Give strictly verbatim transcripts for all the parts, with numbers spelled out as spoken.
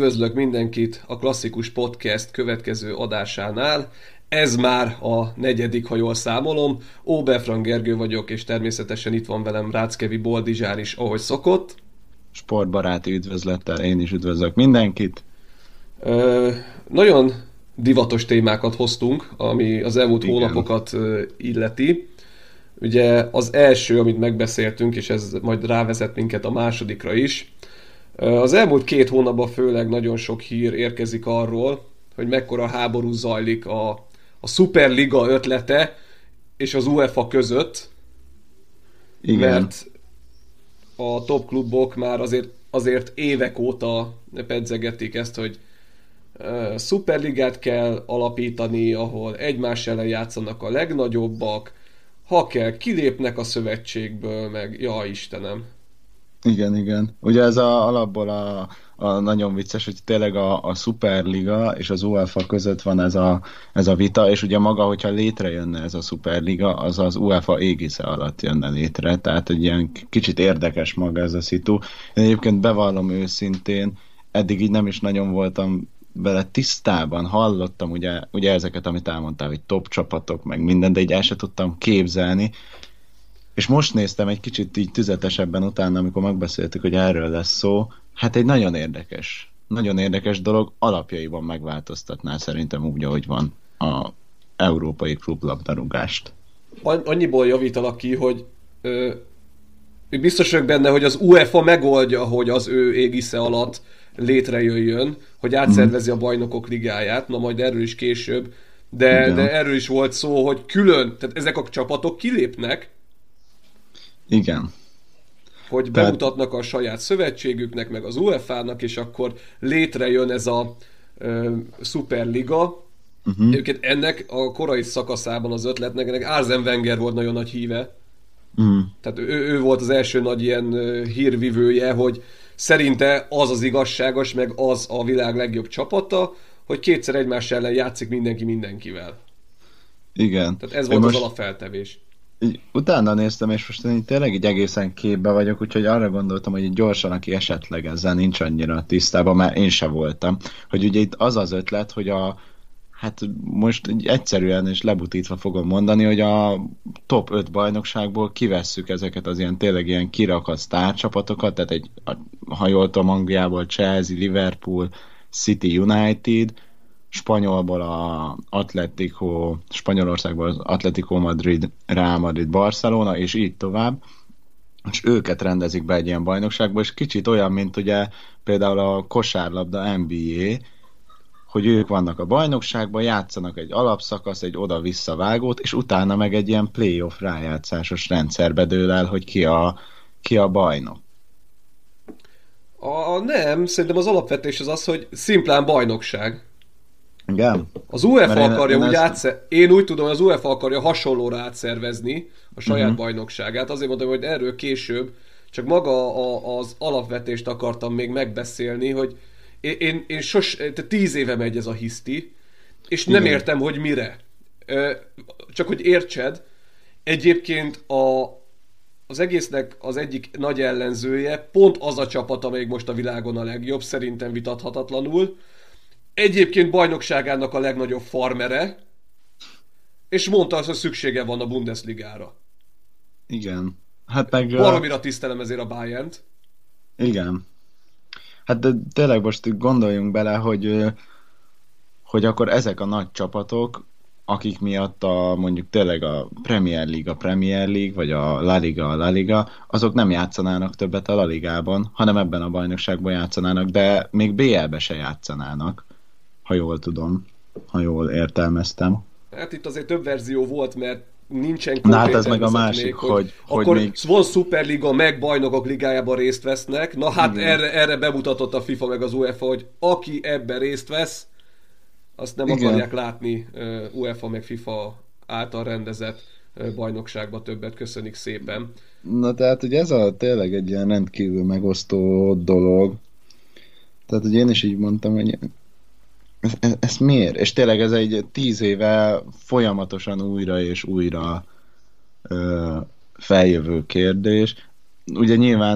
Üdvözlök mindenkit a Klasszikus Podcast következő adásánál. Ez már a negyedik, ha jól számolom. Óbefran Gergő vagyok, és természetesen itt van velem Ráckevi Boldizsár is, ahogy szokott. Sportbaráti üdvözlettel én is üdvözlök mindenkit. Ö, nagyon divatos témákat hoztunk, ami az elmúlt Igen. hónapokat ö, illeti. Ugye az első, amit megbeszéltünk, és ez majd rávezet minket a másodikra is. Az elmúlt két hónapban főleg nagyon sok hír érkezik arról, hogy mekkora háború zajlik a, a Superliga ötlete és az UEFA között. Igen. Mert a top klubok már azért, azért évek óta pedzegetik ezt, hogy uh, Superligát kell alapítani, ahol egymás ellen játszanak a legnagyobbak, ha kell, kilépnek a szövetségből, meg ja Istenem. Igen, igen. Ugye ez a, alapból a, a nagyon vicces, hogy tényleg a, a Superliga és az UEFA között van ez a, ez a vita, és ugye maga, hogyha létrejönne ez a Superliga, az az UEFA égisze alatt jönne létre, tehát egy ilyen kicsit érdekes maga ez a szitu. Én egyébként bevallom őszintén, eddig így nem is nagyon voltam vele tisztában, hallottam ugye, ugye ezeket, amit elmondtál, hogy top csapatok, meg minden, de így el se tudtam képzelni. És most néztem egy kicsit így tüzetesebben utána, amikor megbeszéltük, hogy erről lesz szó. Hát egy nagyon érdekes, nagyon érdekes dolog, alapjaiban megváltoztatná szerintem úgy, ahogy van a európai klublabdarúgást. Annyiból javítalak ki, hogy ö, biztos vagyok benne, hogy az UEFA megoldja, hogy az ő égisze alatt létrejöjjön, hogy átszervezi a bajnokok ligáját, na majd erről is később, de, de erről is volt szó, hogy külön, tehát ezek a csapatok kilépnek, igen. Hogy bemutatnak a saját szövetségüknek, meg az UEFA-nak, és akkor létrejön ez a ö, Superliga. Uh-huh. Egyébként ennek a korai szakaszában az ötletnek, ennek Arsene Wenger volt nagyon nagy híve. Uh-huh. Tehát ő, ő volt az első nagy ilyen ö, hírvivője, hogy szerinte az az igazságos, meg az a világ legjobb csapata, hogy kétszer egymás ellen játszik mindenki mindenkivel. Igen. Tehát ez volt most... az alapfeltevés. Így utána néztem, és most én tényleg így egészen képbe vagyok, úgyhogy arra gondoltam, hogy így gyorsan, aki esetleg ezzel nincs annyira tisztában, mert én se voltam, hogy ugye itt az az ötlet, hogy a, hát most így egyszerűen és lebutítva fogom mondani, hogy a top öt bajnokságból kivesszük ezeket az ilyen tényleg ilyen kirakat sztárcsapatokat, tehát egy, ha jól tudom, Angliából Chelsea, Liverpool, City, United, Spanyolból a Atletico, Spanyolországból az Atletico Madrid, Real Madrid, Barcelona, és így tovább, és őket rendezik be egy ilyen bajnokságba, és kicsit olyan, mint ugye például a kosárlabda en bé á, hogy ők vannak a bajnokságban, játszanak egy alapszakasz, egy oda-vissza vágót, és utána meg egy ilyen playoff rájátszásos rendszerbe dől el, hogy ki a, ki a bajnok. A, nem, szerintem az alapvetés az az, hogy szimplán bajnokság. Igen. Az UEFA én, akarja én úgy ezt... átszer... Én úgy tudom, hogy az UEFA akarja hasonlóra átszervezni a saját uh-huh. bajnokságát. Azért mondom, hogy erről később, csak maga a, az alapvetést akartam még megbeszélni, hogy én, én, én sos... tíz éve megy ez a hiszti, és nem Igen. értem, hogy mire. Csak hogy értsed, egyébként a, az egésznek az egyik nagy ellenzője pont az a csapat, amelyik most a világon a legjobb, szerintem vitathatatlanul, egyébként bajnokságának a legnagyobb farmere, és mondta azt, hogy szüksége van a Bundesligára. Igen. Hát meg... Baromira tisztelem ezért a Bayernt. Igen. Hát de tényleg most gondoljunk bele, hogy, hogy akkor ezek a nagy csapatok, akik miatt a, mondjuk tényleg a Premier League a Premier League, vagy a La Liga a La Liga, azok nem játszanának többet a La Ligában, hanem ebben a bajnokságban játszanának, de még bé el-be se játszanának, ha jól tudom, ha jól értelmeztem. Hát itt azért több verzió volt, mert nincsen konkrét. Na hát ez meg a másik, még, hogy, hogy, hogy akkor még... van Superliga, meg bajnokok ligájában részt vesznek, na hát erre, erre bemutatott a FIFA meg az UEFA, hogy aki ebben részt vesz, azt nem Igen. akarják látni uh, UEFA meg FIFA által rendezett uh, bajnokságban többet, köszönik szépen. Na tehát ugye ez a tényleg egy ilyen rendkívül megosztó dolog. Tehát ugye én is így mondtam, hogy ez, ez, ez miért? És tényleg ez egy tíz éve folyamatosan újra és újra ö, feljövő kérdés. Ugye nyilván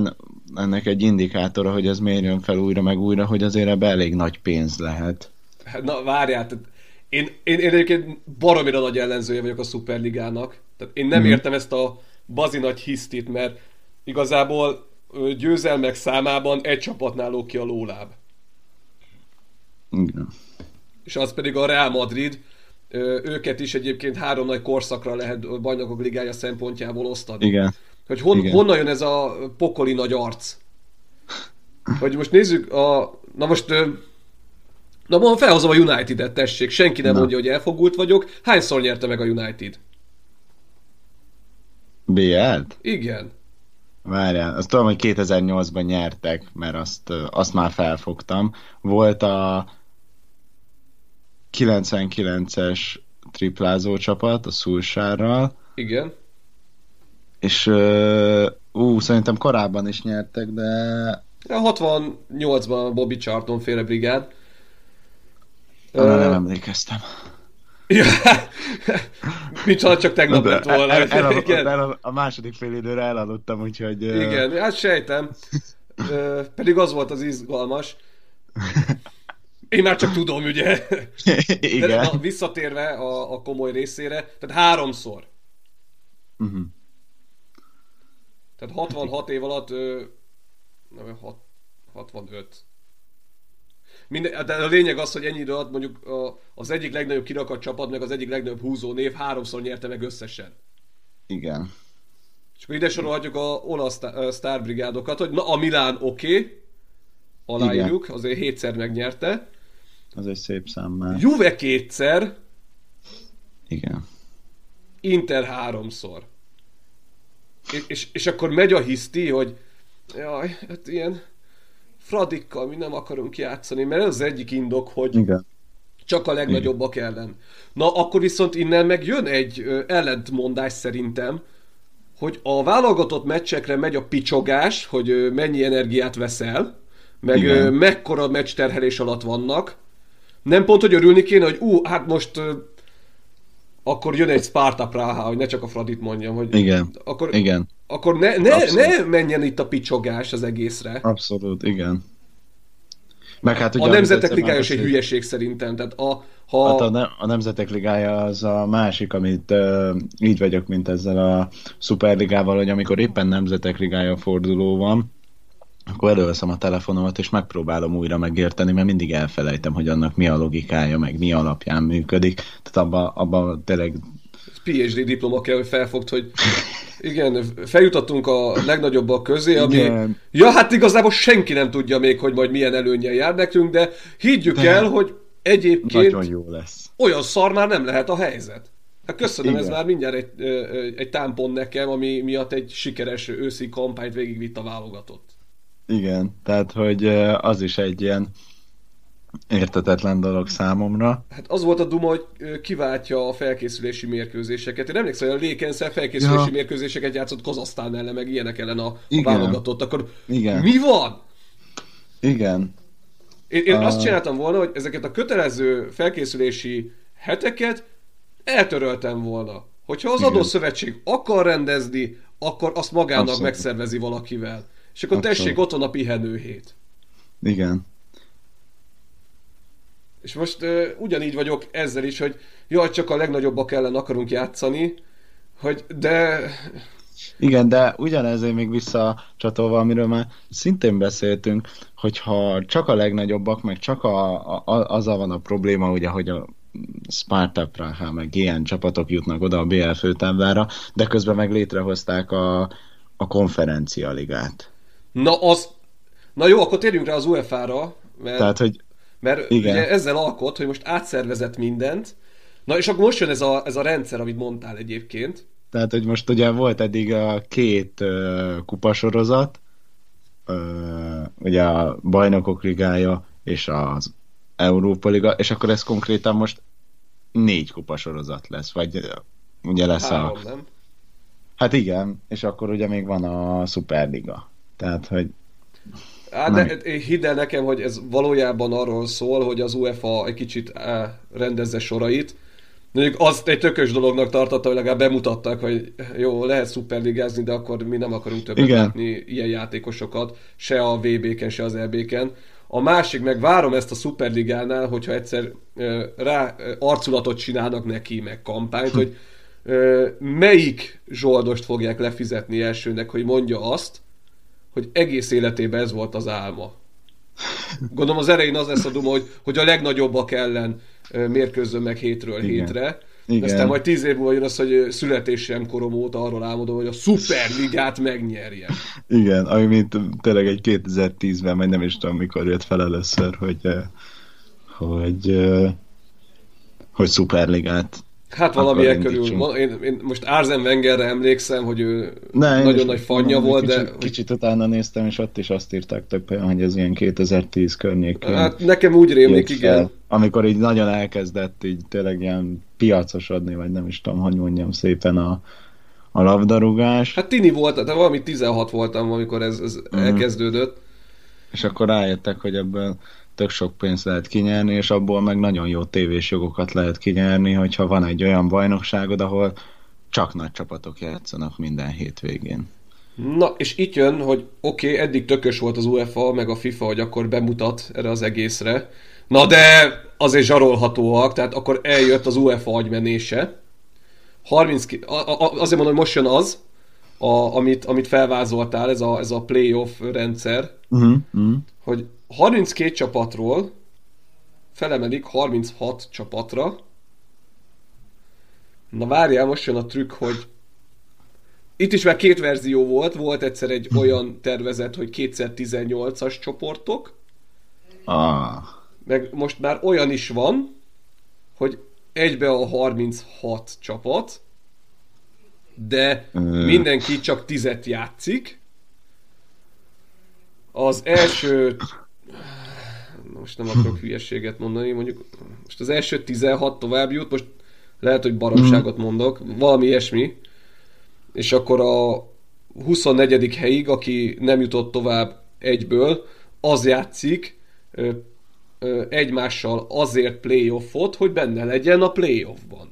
ennek egy indikátora, hogy ez miért jön fel újra meg újra, hogy azért ebbe elég nagy pénz lehet. Hát, na várjál, tehát én, én, én egyébként baromira nagy ellenzője vagyok a Szuperligának. Tehát én nem Mhm. értem ezt a bazi nagy hisztit, mert igazából ö, győzelmek számában egy csapatnál lóg ki a lóláb. Igen. És az pedig a Real Madrid. Ö, őket is egyébként három nagy korszakra lehet a Bajnokok Ligája szempontjából osztani. Igen. Hogy hon, Igen. honnan jön ez a pokoli nagy arc? Hogy most nézzük a... Na most... ö, Na most felhozom a United-et, tessék. Senki nem Na. mondja, hogy elfogult vagyok. Hányszor nyerte meg a United? bé el-t? Igen. Várjál, azt tudom, hogy kétezer-nyolcban nyertek, mert azt, ö, azt már felfogtam. Volt a kilencvenkilences triplázó csapat, a Szulsárral, Igen. és ö, ú, szerintem korábban is nyertek, de A hatvannyolcban Bobby Charlton féle brigád. arra Ö, nem emlékeztem. ja, micsoda, csak tegnap De lett volna. el, el, el, Igen. el, a második fél időre elaludtam, úgyhogy... ö, Igen, hát sejtem. Ö, pedig az volt az izgalmas. Én már csak tudom, ugye. De Igen. na, visszatérve a, a komoly részére, tehát háromszor. Uh-huh. Tehát hatvanhat év alatt, ö, nem, hat, hatvanöt. Minden, de a lényeg az, hogy ennyi idő alatt mondjuk a, az egyik legnagyobb kirakat csapat, meg az egyik legnagyobb húzó név háromszor nyerte meg összesen. Igen. És akkor ide sorolhatjuk a olasz sztá- ö, sztárbrigádokat, hogy na a Milán oké, okay, aláírjuk, azért hétszer megnyerte. Az egy szép szám már. Juve kétszer, Igen. Inter háromszor. És, és, és akkor megy a hiszti, hogy jaj, hát ilyen Fradikkal mi nem akarunk játszani, mert ez az egyik indok, hogy Igen. csak a legnagyobbak ellen. Na, akkor viszont innen meg jön egy ö, ellentmondás szerintem, hogy a válogatott meccsekre megy a picsogás, hogy ö, mennyi energiát veszel, meg Igen. ö, mekkora meccsterhelés alatt vannak. Nem pont, hogy örülni kéne, hogy ú, hát most ö, akkor jön egy Sparta Praha, hogy ne csak a Fradit mondjam, hogy Igen. akkor, Igen. akkor ne, ne, Abszolút. ne menjen itt a picsogás az egészre. Abszolút, igen. Meg hát ugye, A amit Nemzetek egyszer Ligája is egy megbeszélt- hülyeség szerintem, tehát a, ha... Hát a, ne- a Nemzetek Ligája az a másik, amit uh, így vagyok, mint ezzel a Szuperligával, hogy amikor éppen Nemzetek Ligája forduló van, akkor előveszem a telefonomat, és megpróbálom újra megérteni, mert mindig elfelejtem, hogy annak mi a logikája, meg mi alapján működik. Tehát abban abba tényleg... pé há dé diploma kell, hogy felfogd, hogy igen, feljutottunk a legnagyobbak közé, ami... Igen. Ja, hát igazából senki nem tudja még, hogy majd milyen előnnyel jár nekünk, de higgyük De el, hogy egyébként Nagyon jó lesz. olyan szar már nem lehet a helyzet. Hát köszönöm, Igen. ez már mindjárt egy, ö, egy támpont nekem, ami miatt egy sikeres őszi kampányt végigvitt a válogatott. Igen, tehát hogy uh, az is egy ilyen értetetlen dolog számomra. Hát az volt a duma, hogy ö, kiváltja a felkészülési mérkőzéseket. Én emlékszem, hogy a Lékenszel felkészülési Ja. mérkőzéseket játszott Kazasztán ellen, meg ilyenek ellen a, a Igen. válogatott. Akkor Igen. mi van? Igen. Én, én A- azt csináltam volna, hogy ezeket a kötelező felkészülési heteket eltöröltem volna. Hogyha az Igen. adószövetség akar rendezni, akkor azt magának Abszolút. megszervezi valakivel. És akkor Abszolút. tessék, ott van a pihenőhét. Igen. És most uh, ugyanígy vagyok ezzel is, hogy jaj, csak a legnagyobbak ellen akarunk játszani, hogy de... Igen, de ugyanezért még visszacsatolva, amiről már szintén beszéltünk, hogyha csak a legnagyobbak, meg csak a, a, azzal van a probléma, ugye, hogy a Sparta Praha, meg ilyen csapatok jutnak oda a bé el főtáblára, de közben meg létrehozták a, a konferencialigát. Na az... Na jó, akkor térjünk rá az u ef á-ra, mert... Tehát, hogy Mert igen. ugye ezzel alkot, hogy most átszervezett mindent. Na és akkor most jön ez a, ez a rendszer, amit mondtál egyébként. Tehát, hogy most ugye volt eddig a két uh, kupasorozat, uh, ugye a Bajnokok Ligája és az Európa Liga, és akkor ez konkrétan most négy kupasorozat lesz, vagy uh, ugye lesz Három, a... nem? Hát igen, és akkor ugye még van a Szuperliga. Tehát, hogy Á, Nem. de hidd el nekem, hogy ez valójában arról szól, hogy az u ef á egy kicsit á, rendezze sorait. Mondjuk azt egy tökös dolognak tartotta, hogy legalább bemutattak, hogy jó, lehet szuperligázni, de akkor mi nem akarunk többet Igen. látni ilyen játékosokat, se a vé bé-ken, se az é bé-ken. A másik, meg várom ezt a szuperligánál, hogyha egyszer ö, rá ö, arculatot csinálnak neki, meg kampányt, hogy ö, melyik zsoldost fogják lefizetni elsőnek, hogy mondja azt, hogy egész életében ez volt az álma. Gondolom az elején az lesz a duma, hogy, hogy a legnagyobbak ellen ö, mérkőzzön meg hétről Igen. hétre. Igen. Aztán majd tíz év múlva jön az, hogy születésem korom óta arról álmodom, hogy a szuperligát megnyerjem. Igen, ami mint tényleg egy kétezer-tízben, majd nem is tudom mikor jött fel először, hogy eh, hogy, eh, hogy szuperligát. Hát valami akkor e körül. indítsunk. Ma- Én, én most Arsene Wengerre emlékszem, hogy ő Ne, én nagyon is nagy fanja mondom, volt, kicsit, de... Kicsit utána néztem, és ott is azt írták több helyen, hogy ez ilyen kétezer-tíz környékén. Hát nekem úgy rémlik, jött igen. fel, amikor így nagyon elkezdett így tényleg ilyen piacosodni, vagy nem is tudom, hogy mondjam szépen a, a labdarúgás, Hát tini volt, de valami tizenhat voltam, amikor ez, ez Mhm. elkezdődött. és akkor rájöttek, hogy ebből tök sok pénzt lehet kinyerni, és abból meg nagyon jó tévés jogokat lehet kinyerni, hogyha van egy olyan bajnokságod, ahol csak nagy csapatok játszanak minden hétvégén. Na, és itt jön, hogy oké, okay, eddig tökös volt az UEFA, meg a FIFA, hogy akkor bemutat erre az egészre. Na de azért zsarolhatóak, tehát akkor eljött az UEFA agymenése. harminc, a, a, azért mondom, hogy most jön az, a, amit, amit felvázoltál, ez a, ez a playoff rendszer, Uh-huh. Uh-huh. hogy harminckét csapatról felemelik harminchat csapatra. Na várjál, most jön a trükk, hogy itt is már két verzió volt, volt egyszer egy olyan tervezet, hogy kétszertizennyolcas csoportok, Ah, meg most már olyan is van, hogy egybe a harminchat csapat, de Ö. mindenki csak tízet játszik. Az első... Most nem akarok hülyeséget mondani, mondjuk most az első tizenhat tovább jut, most lehet, hogy baromságot mondok, valami ilyesmi, és akkor a huszonnegyedik helyig, aki nem jutott tovább egyből, az játszik ö, ö, egymással azért playoffot, hogy benne legyen a playoffban.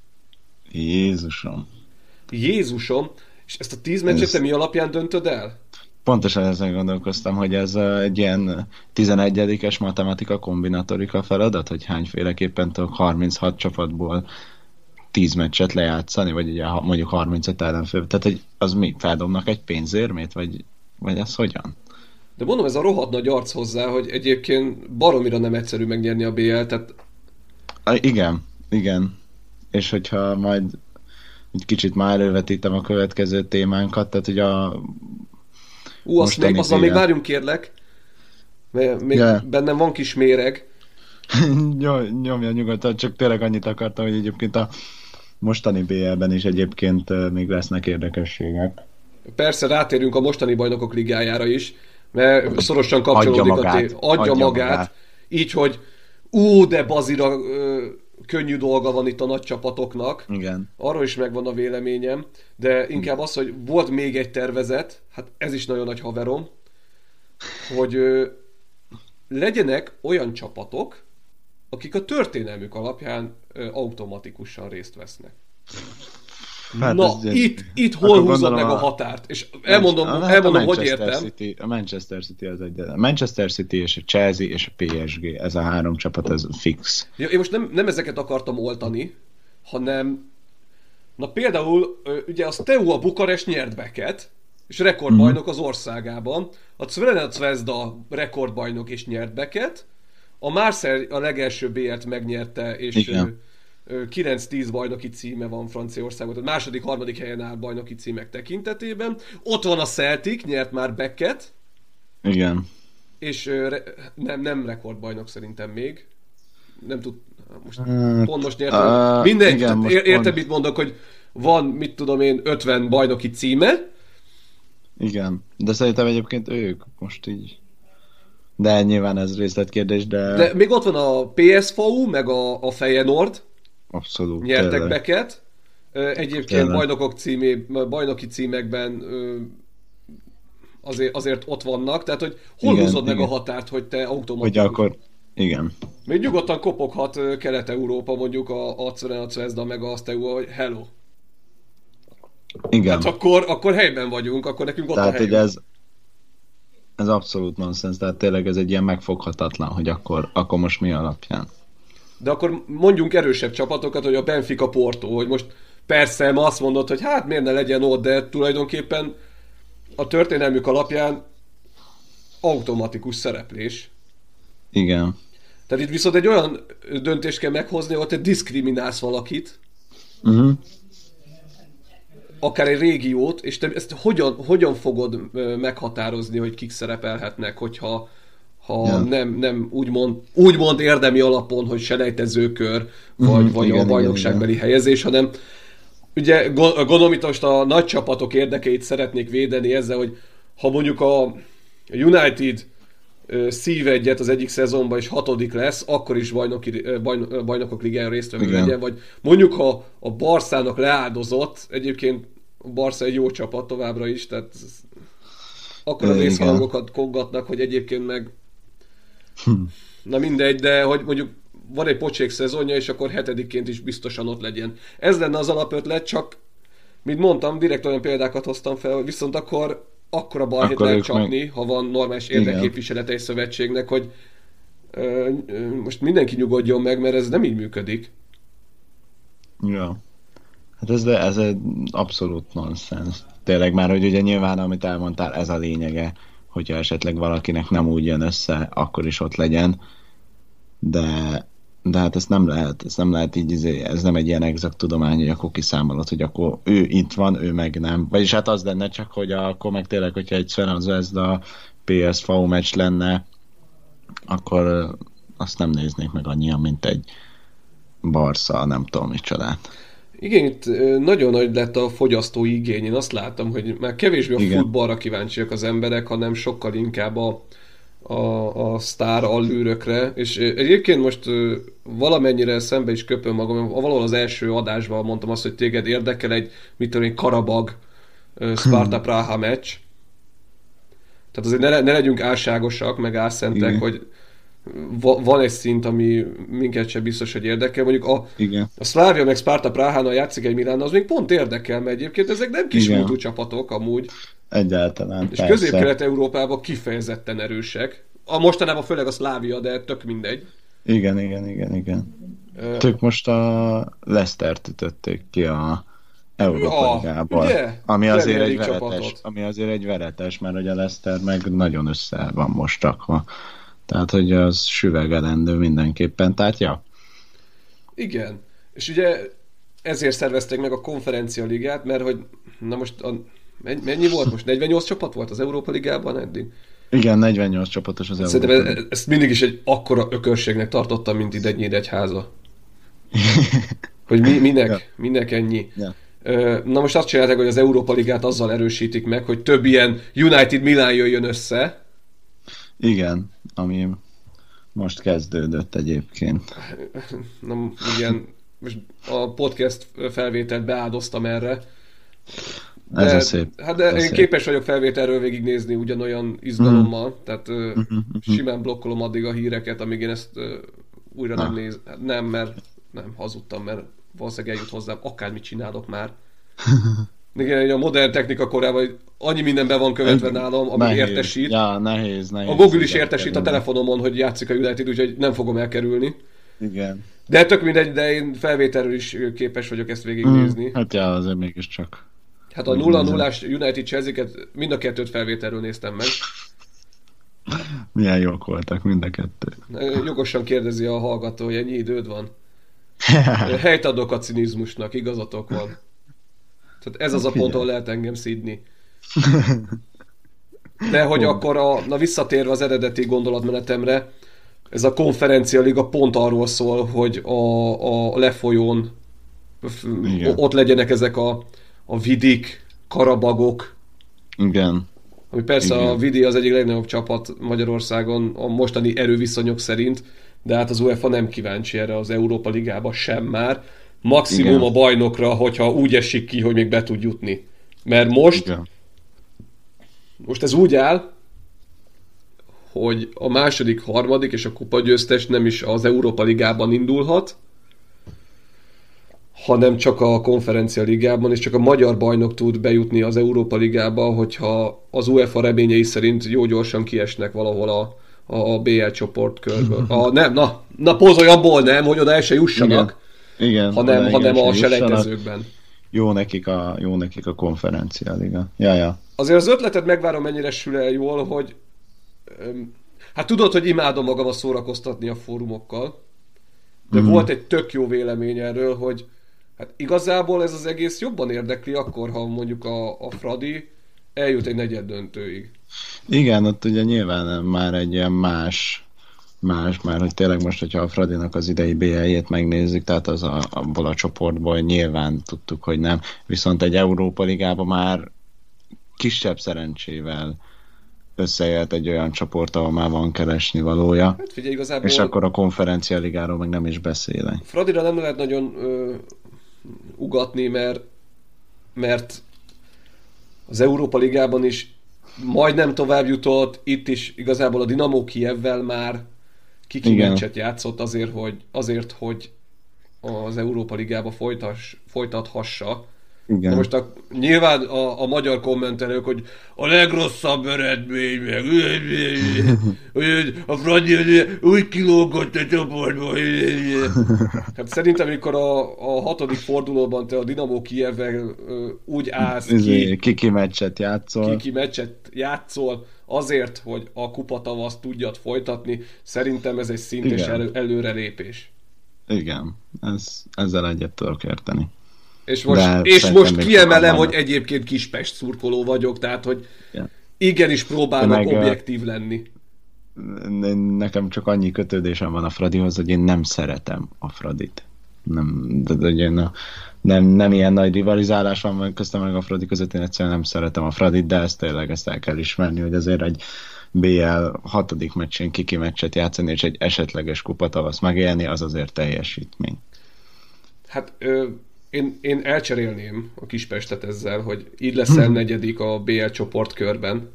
Jézusom. Jézusom, és ezt a tíz meccset Ez- te mi alapján döntöd el? Pontosan ezen gondolkoztam, hogy ez uh, egy ilyen tizenegyedikes matematika kombinatorika feladat, hogy hányféleképpen tudok harminchat csapatból tíz meccset lejátszani, vagy ugye ha- mondjuk harmincöt ellenfél. Tehát, hogy az mi? Feldobnak egy pénzérmét, vagy, vagy ez hogyan? De mondom, ez a rohadt nagy arc hozzá, hogy egyébként baromira nem egyszerű megnyerni a bé el, tehát A, igen, igen. És hogyha majd egy kicsit már elővetítem a következő témánkat, tehát hogy a ú, azt Mostani még, azzal még bé el. várjunk kérlek, mert még Ja. bennem van kis méreg. Nyom- nyomja nyugodtan, csak tényleg annyit akartam, hogy egyébként a mostani bé el-ben is egyébként uh, még lesznek érdekességek. Persze rátérünk a mostani bajnokok ligájára is, mert szorosan kapcsolódik Adja a magát. tév. Adja, Adja magát. magát. Így, hogy ú, de bazira ö, könnyű dolga van itt a nagy csapatoknak. Igen. Arról is megvan a véleményem, de inkább az, hogy volt még egy tervezet, hát ez is nagyon nagy haverom, hogy ö, legyenek olyan csapatok, akik a történelmük alapján ö, automatikusan részt vesznek. Hát Na, ez- itt, itt akkor hol húzod gondolom meg a a- határt? És elmondom, a, elmondom a hogy Manchester értem. City, a Manchester City az egy, a Manchester City és a Chelsea és a pé es gé, ez a három csapat, ez fix. Ja, én most nem, nem ezeket akartam oltani, hanem na például ö, ugye a Steaua Bukarest nyert Beket, és rekordbajnok az országában. A Crvena Zvezda rekordbajnok és nyert Beket. A Marseille a legelső bé el-t megnyerte, és Igen. ö, ö, kilenc-tíz bajnoki címe van Franciaországban, tehát második, harmadik helyen áll bajnoki címek tekintetében. Ott van a Celtic, nyert már Beket, Igen. és ö, re, nem, nem rekordbajnok szerintem még. Nem tud, most Hát, pont most nyert. á, Mindegy, igen, tehát most ér- érted, pont. mit mondok, hogy van, mit tudom én, ötven bajnoki címe, Igen. De szerintem egyébként ők most így... De nyilván ez részletkérdés, de, de még ott van a pé es vé u, meg a, a Feyenoord, abszolút. nyertek tényleg. Beket. Ö, Egyébként Tényleg. bajnokok címé, bajnoki címekben ö, azért, azért ott vannak, tehát hogy hol Igen, húzod meg igen. a határt, hogy te Hogy automatikus... akkor Igen. Még nyugodtan kopoghat Kelet-Európa, mondjuk a, a Crvena Zvezda meg a Steaua, hogy hello. Igen. Hát akkor, akkor helyben vagyunk, akkor nekünk ott Tehát, a hogy helyünk. ez, ez abszolút nonsens, tehát tényleg ez egy ilyen megfoghatatlan, hogy akkor, akkor most mi alapján. De akkor mondjunk erősebb csapatokat, hogy a Benfica Porto, hogy most persze ma azt mondod, hogy hát miért ne legyen ott, de tulajdonképpen a történelmük alapján automatikus szereplés. Igen. Tehát itt viszont egy olyan döntést kell meghozni, hogy te diszkriminálsz valakit, Uh-huh. akár egy régiót, és te ezt hogyan, hogyan fogod ö, meghatározni, hogy kik szerepelhetnek, hogyha ha Ja. nem, nem úgymond, úgymond érdemi alapon, hogy selejtezőkör, vagy, Mhm, vagy igen, a igen, bajnokságbeli helyezés, hanem ugye go- gondolom itt most a nagy csapatok érdekeit szeretnék védeni ezzel, hogy ha mondjuk a United ö, szív egyet az egyik szezonban és hatodik lesz, akkor is bajnoki, ö, bajno, ö, bajnokok ligája résztvevő Igen. legyen, vagy mondjuk ha a Barszának leáldozott, egyébként a Barca egy jó csapat továbbra is, tehát akkor a Ö, igen. vészharangokat kongatnak, hogy egyébként meg Hm. na mindegy, de hogy mondjuk van egy pocsék szezonja, és akkor hetedikként is biztosan ott legyen. Ez lenne az alapötlet, csak mint mondtam, direkt olyan példákat hoztam fel, hogy viszont akkor akkora balhét Akkor lehet ők csapni, meg- ha van normális Igen. érdekképviselete egy szövetségnek, hogy ö, ö, most mindenki nyugodjon meg, mert ez nem így működik. Ja. Hát ez, de ez egy abszolút nonsens. Tényleg már, hogy ugye nyilván, amit elmondtál, ez a lényege, hogyha esetleg valakinek nem úgy jön össze, akkor is ott legyen. De, de hát ezt nem lehet, ezt nem lehet így, izé- ez nem egy ilyen exakt tudomány, hogy akkor kiszámolod, hogy akkor ő itt van, ő meg nem. Vagyis hát az lenne csak, hogy akkor meg tényleg, hogyha egy Crvena Zvezda pé es vé meccs lenne, akkor ö, azt nem néznék meg annyian, mint egy Barca, nem tudom micsodát. Igen, itt ö, nagyon nagy lett a fogyasztói igény. Én azt láttam, hogy már kevésbé a Igen. futballra kíváncsiak az emberek, hanem sokkal inkább a, a, a sztár allűrökre. És ö, egyébként most ö, valamennyire szembe is köpöm magam, valahol az első adásban mondtam azt, hogy téged érdekel egy, mit tudom én, Karabag ö, Sparta Praha meccs. Tehát azért ne, ne legyünk álságosak, meg álszentek, Igen. hogy va- van egy szint, ami minket sem biztos, hogy érdekel. Mondjuk a, Igen. a Slavia meg Sparta Prahánál játszik egy Milán, az még pont érdekel, mert egyébként ezek nem kis Igen. múltú csapatok amúgy, Egyáltalán, és persze. Közép-Kelet-Európában kifejezetten erősek. A mostanában főleg a Slavia, de tök mindegy. Igen, igen, igen, igen. Ö, Tök most a Leicester-t ütötték ki a Európa Ja, Ligából. ugye? Ami azért Premier egy League veretes, csapatot. ami azért egy veretes, mert hogy a Leicester meg nagyon össze van most rakva. Tehát, hogy az süvegelendő mindenképpen. Tehát, ja. Igen. És ugye ezért szervezték meg a konferencia ligát, mert hogy na most a, men- mennyi volt most? negyvennyolc csapat volt az Európa Ligában eddig? Igen, negyvennyolc csapatos az Európa. Szerintem e- ezt mindig is egy akkora ökörségnek tartottam, mint ide Nyíregyháza. Hogy mi, minek? Ja. Minek ennyi? Ja. Ö, Na most azt csinálták, hogy az Európa Ligát azzal erősítik meg, hogy több ilyen United Milan jöjjön össze. Igen, ami most kezdődött egyébként. Na, igen, most a podcast felvételt beáldoztam erre. De, Ez a szép. Hát de Ez a én szép. képes vagyok felvételről végignézni ugyanolyan izgalommal, mm. tehát ö, Mhm, mhm. simán blokkolom addig a híreket, amíg én ezt ö, újra nem Ah. néz... Hát nem, mert nem, hazudtam, mert valószínűleg eljut hozzám, akármit csinálok már. Igen, a modern technika korában hogy annyi minden be van követve nálam, ami Nehéz. értesít. Ja, nehéz, nehéz. A Google is Igen, értesít a igen. telefonomon, hogy játszik a United, úgyhogy nem fogom elkerülni. Igen. De tök mindegy, de én felvételről is képes vagyok ezt végignézni. Mm, hát ja, azért mégiscsak. Hát a Úgy nulla nézem. nullás United Chelsea-ket mind a kettőt felvételről néztem meg. Milyen jók voltak mind a kettő. Jogosan kérdezi a hallgató, hogy ennyi időd van. Helyt adok a cinizmusnak, igazatok van. Tehát ez az a pont, ahol lehet engem szídni. De hogy akkor a, na visszatérve az eredeti gondolatmenetemre, ez a konferencia liga pont arról szól, hogy a, a lefolyón f- Igen. ott legyenek ezek a, a vidik, karabagok, Igen. ami persze Igen. a Vidi az egyik legnagyobb csapat Magyarországon a mostani erőviszonyok szerint, de hát az UEFA nem kíváncsi erre az Európa Ligába sem már. Maximum Igen. a bajnokra, hogyha úgy esik ki, hogy még be tud jutni. Mert most, Igen. most ez úgy áll, hogy a második, harmadik és a kupagyőztes nem is az Európa Ligában indulhat, hanem csak a Konferencia Ligában, és csak a magyar bajnok tud bejutni az Európa Ligába, hogyha az UEFA reményei szerint jó gyorsan kiesnek valahol a, a bé el csoportkörből. A, nem, na, na pozolyanból nem, hogy oda el se jussanak, igen, igen, hanem, hanem a selejtezőkben. Jó nekik a, jó nekik a Konferencia Liga. Ja, ja. Azért az ötletet megvárom, mennyire sül el jól, hogy hát tudod, hogy imádom magam a szórakoztatni a fórumokkal, de mm. volt egy tök jó vélemény erről, hogy hát igazából ez az egész jobban érdekli akkor, ha mondjuk a, a Fradi eljut egy negyed döntőig. Igen, ott ugye nyilván már egy ilyen más, más, már hogy tényleg most, hogyha a Fradinak az idei bé el-jét megnézzük, tehát az a, abból a csoportból nyilván tudtuk, hogy nem. Viszont egy Európa Ligában már kisebb szerencsével összeélt egy olyan csoport, ahol már van keresni valója. Hát figyelj, igazából... És akkor a Konferencia Ligáról meg nem is beszélek. Fradira nem lehet nagyon ö, ugatni, mert, mert az Európa Ligában is majdnem tovább jutott, itt is igazából a Dinamo Kijevvel már kiki meccset játszott azért, hogy, azért, hogy az Európa Ligába folytas, folytathassa. Igen. Na most a, nyilván a, a magyar kommentelők, hogy a legrosszabb eredmény, meg a Fradi úgy kilógott a csoportból. Hát szerintem, amikor a, a hatodik fordulóban te a Dinamo Kijevvel úgy állsz ki, kiki meccset játszol. Kiki meccset játszol azért, hogy a kupatavaszt tudjad folytatni, szerintem ez egy szintes elő, előrelépés. Igen, ez, ezzel egyet tudok érteni. És most, és most kiemelem, hogy egyébként Kispest szurkoló vagyok, tehát, hogy yeah. igenis próbálok meg, objektív lenni. Nekem csak annyi kötődésem van a Fradihoz, hogy én nem szeretem a Fradit. Nem, de, de, de, nem, nem, nem ilyen nagy rivalizálás van köztem meg a Fradi között, én egyszerűen nem szeretem a Fradit, de ezt tényleg ezt el kell ismerni, hogy azért egy bé el hatodik meccsén kiki meccset játszani, és egy esetleges kupatavasz megélni, az azért teljesítmény. Hát... Ö... Én, én elcserélném a Kispestet ezzel, hogy így leszel hmm. negyedik a bé el csoportkörben.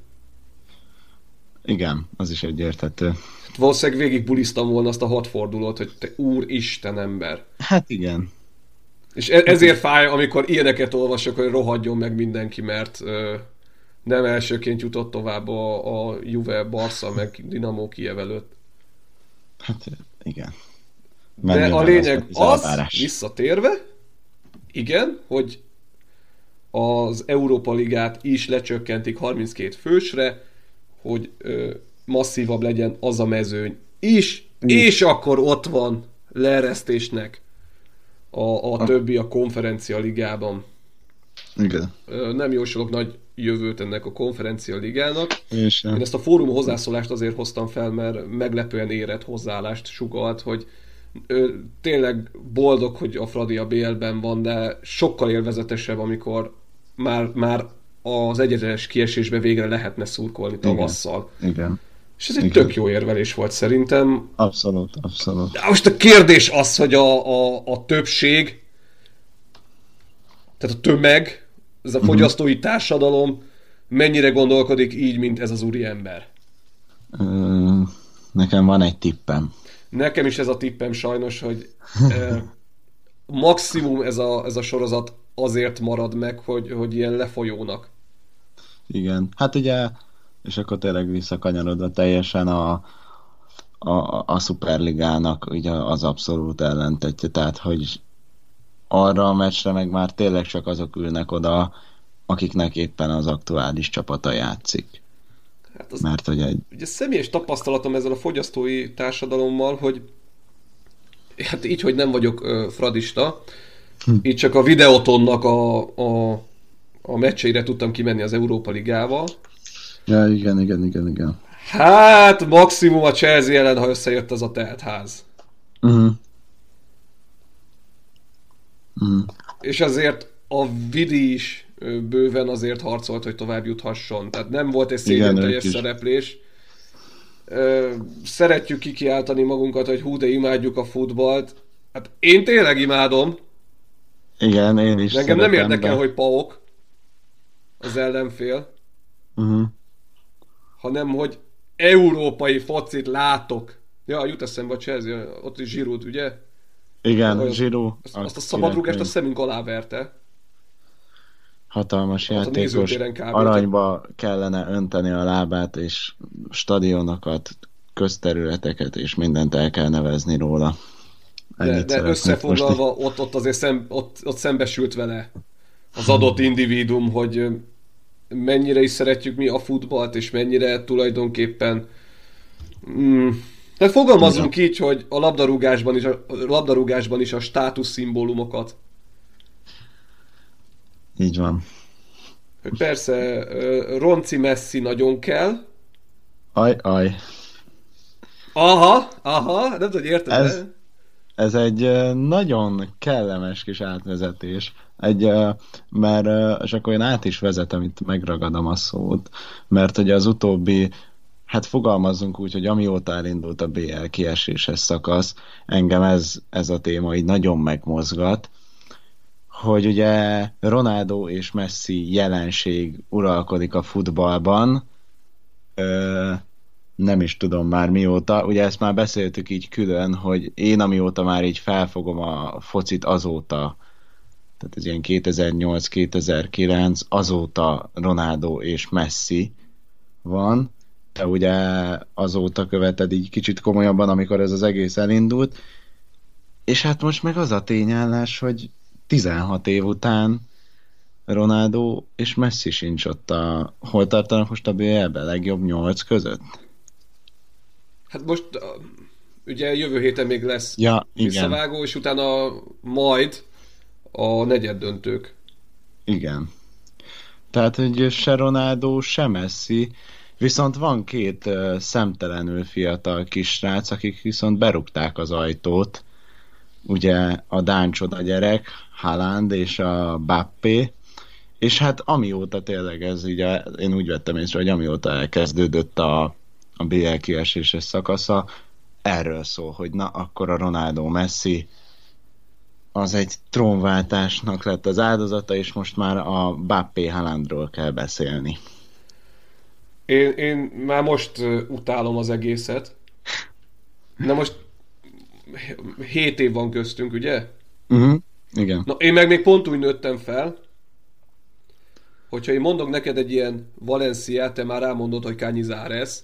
Igen, az is egyérthető. Hát valószínűleg végig buliztam volna azt a hat fordulót, hogy te úristen ember. Hát igen. És e- ezért fáj, amikor ilyeneket olvasok, hogy rohadjon meg mindenki, mert ö, nem elsőként jutott tovább a, a Juve, Barca, meg Dinamo Kijev előtt. Hát igen. De a lényeg az, az visszatérve, igen, hogy az Európa Ligát is lecsökkentik harminckét fősre, hogy ö, masszívabb legyen az a mezőny is, mm. és akkor ott van leeresztésnek a, a ah. többi a Konferencia Ligában. Igen. Ö, nem jósolok nagy jövőt ennek a Konferencia Ligának. És Én ezt a fórum hozzászólást azért hoztam fel, mert meglepően érett hozzáállást sugalt, hogy Ö, tényleg boldog, hogy a Fradi a bé el-ben van, de sokkal élvezetesebb, amikor már, már az egyenes kiesésbe végre lehetne szurkolni tavasszal. Igen. Igen. És ez egy Igen. tök jó érvelés volt szerintem. Abszolút, abszolút. De most a kérdés az, hogy a, a, a többség, tehát a tömeg, ez a fogyasztói uh-huh. társadalom mennyire gondolkodik így, mint ez az úriember? Ö, nekem van egy tippem. Nekem is ez a tippem sajnos, hogy eh, maximum ez a, ez a sorozat azért marad meg, hogy, hogy ilyen lefolyónak. Igen, hát ugye, és akkor tényleg visszakanyarodva teljesen a, a, a Szuperligának ugye az abszolút ellentetje, tehát hogy arra a meccsre meg már tényleg csak azok ülnek oda, akiknek éppen az aktuális csapata játszik. Hát az, Mert hogy egy... Ugye személyes tapasztalatom ezzel a fogyasztói társadalommal, hogy hát így, hogy nem vagyok ö, fradista, hm. így csak a Videotonnak a, a, a meccseire tudtam kimenni az Európa Ligával. Ja, igen, igen, igen, igen. Hát maximum a Chelsea ellen, ha összejött az a teltház. Uh-huh. Uh-huh. És azért a Vidi is bőven azért harcolt, hogy tovább juthasson. Tehát nem volt egy szégyen teljes szereplés. Szeretjük kikiáltani magunkat, hogy hú, de imádjuk a futballt. Hát én tényleg imádom. Igen, én is. Engem nem érdekel, de... hogy paok az ellenfél. Uh-huh. Hanem, hogy európai focit látok. Ja, jut eszembe a Chelsea, ott is Giroud, ugye? Igen, Olyan, Giroud. azt, A azt a szabadrúgást a király. szemünk alá verte. Hatalmas Ott a játékos. nézőtéren kb. Tehát, Aranyba kellene önteni a lábát, és stadionokat, közterületeket, és mindent el kell nevezni róla. de, Ennyit de szeretnék most így. összefoglalva ott, ott azért szem, ott, ott szembesült vele az adott individuum, hogy mennyire is szeretjük mi a futballt, és mennyire tulajdonképpen mm, hát Igen, fogalmazzunk így, hogy a labdarúgásban is a, a labdarúgásban is a státuszszimbólumokat. így van. Hogy persze ö, Ronci Messi nagyon kell. Aj, aj. Aha, aha, nem tudom, hogy Ez, érted-e? ez egy ö, nagyon kellemes kis átvezetés. Egy, ö, mert, ö, és akkor én át is vezetem, itt megragadom a szót, mert hogy az utóbbi, hát fogalmazzunk úgy, hogy amióta elindult a bé el kieséses szakasz, engem ez, ez a téma így nagyon megmozgat, hogy ugye Ronaldo és Messi jelenség uralkodik a futballban, ö, nem is tudom már mióta, ugye ezt már beszéltük így külön, hogy én amióta már így felfogom a focit azóta, tehát ez ilyen kétezer-nyolc-kétezer-kilenc, azóta Ronaldo és Messi van, te ugye azóta követed így kicsit komolyabban, amikor ez az egész elindult, és hát most meg az a tényállás, hogy tizenhat év után Ronaldo és Messi sincs ott a... Hol tartanak most a bé el-ben? Legjobb nyolc között? Hát most ö, ugye jövő héten még lesz Ja, igen, visszavágó, és utána majd a negyeddöntők. igen. Tehát, hogy se Ronaldo, se Messi, viszont van két uh, szemtelenül fiatal kisrác, akik viszont berúgták az ajtót, ugye a Dán csoda gyerek, Haaland és a Bappé, és hát amióta tényleg ez ugye, én úgy vettem észre, hogy amióta elkezdődött a, a bé el kieséses szakasza, erről szól, hogy na, akkor a Ronaldo Messi az egy trónváltásnak lett az áldozata, és most már a Bappé Haalandról kell beszélni. Én, én már most ö, utálom az egészet. Na most hét év van köztünk, ugye? Uh-huh. Igen, Na, én meg még pont úgy nőttem fel, hogyha én mondok neked egy ilyen Valenciát, te már rámondod, hogy Cañizares.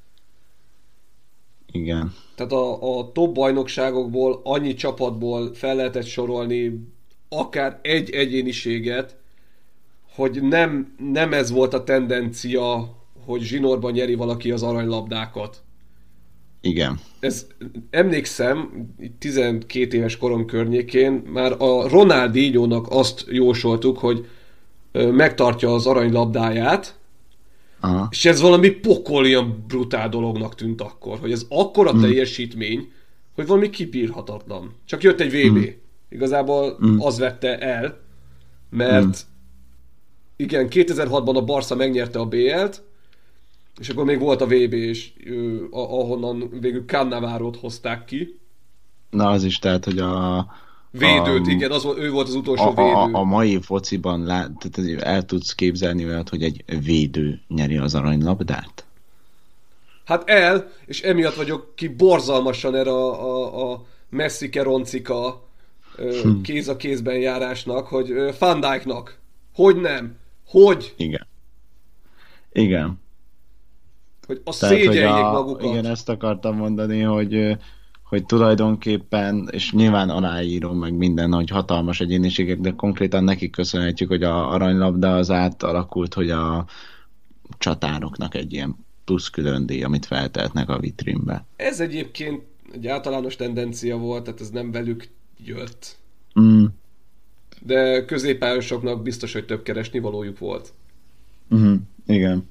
igen, Tehát a, a top bajnokságokból, annyi csapatból fel lehetett sorolni akár egy egyéniséget, hogy nem, nem ez volt a tendencia, hogy zsinórban nyeri valaki az aranylabdákat. igen, Ez, emlékszem, így tizenkét éves korom környékén már a Ronaldinho-nak azt jósoltuk, hogy ö, megtartja az aranylabdáját, aha, és ez valami pokol ilyen brutál dolognak tűnt akkor, hogy ez akkora mm, teljesítmény, hogy valami kibírhatatlan. Csak jött egy mm, vé bé. Igazából mm, az vette el, mm. mert igen, kétezer-hatban a Barca megnyerte a bé el-t, és akkor még volt a vé bé, és ö, ahonnan végül Cannavarót hozták ki. Na az is, tehát, hogy a, a, Védőt, igen, az, volt- ő volt az a, utolsó a, a védő. mai fociban lát, tehát el tudsz képzelni olyat, hogy egy védő nyeri az aranylabdát? Hát el, és emiatt vagyok ki borzalmasan erre a, a, a Messi Roncika ö, Hm. kéz a kézben járásnak, hogy ö, Van Dijknak. Hogy nem? Hogy? Igen. Igen. Hogy a Tehát, hogy szégyeljék a, igen, magukat. ezt akartam mondani, hogy, hogy tulajdonképpen, és nyilván aláírom meg minden, hogy hatalmas egyéniségek, de konkrétan nekik köszönhetjük, hogy a aranylabda az átalakult, hogy a csatároknak egy ilyen plusz külön díj, amit feltehetnek a vitrínbe. Ez egyébként egy általános tendencia volt, tehát ez nem velük jött. Mm, De középpályásoknak biztos, hogy több keresni valójuk volt. mm, igen.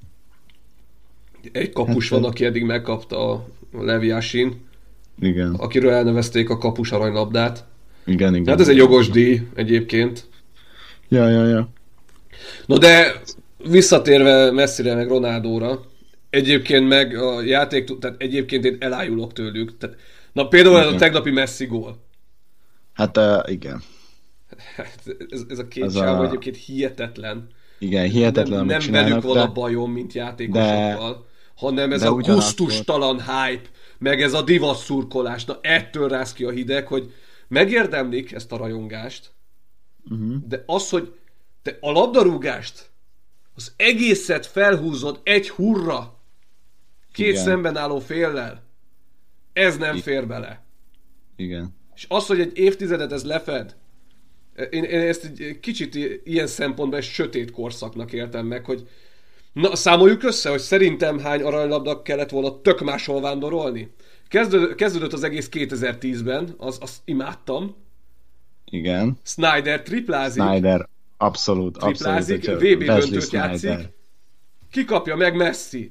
Egy Hát, kapus van, aki eddig megkapta a Lev Yashin, igen. akiről elnevezték a kapus aranylabdát. Igen, Hát igen, ez egy igen. jogos díj egyébként. Ja, ja, ja. No de visszatérve Messire meg Ronaldóra, egyébként meg a játék, tehát egyébként én elájulok tőlük. Tehát, na például ez a Igen. tegnapi Messi gól. Hát uh, igen. Hát ez, ez a két Az sávú a, egyébként hihetetlen. igen, Nem, hihetetlen, amit nem velük csinálnak, van a de, bajom, mint de játékosokkal. hanem ez De a ugyanakkor- gusztustalan hype, meg ez a divat szurkolás. Na ettől rász ki a hideg, hogy megérdemlik ezt a rajongást, Uh-huh. de az, hogy te a labdarúgást, az egészet felhúzod egy hurra, két Igen. szemben álló féllel, ez nem fér bele. Igen. És az, hogy egy évtizedet ez lefed, én, én ezt egy kicsit i- ilyen szempontból egy sötét korszaknak éltem meg, hogy na, számoljuk össze, hogy szerintem hány aranylabda kellett volna tök máshol vándorolni. Kezdődött, kezdődött az egész kétezer-tízben, az, azt imádtam. Igen. Snyder triplázik, Snyder, abszolút, triplázik, abszolút. vé bé Wesley döntőt Snyder. játszik, kikapja meg Messi.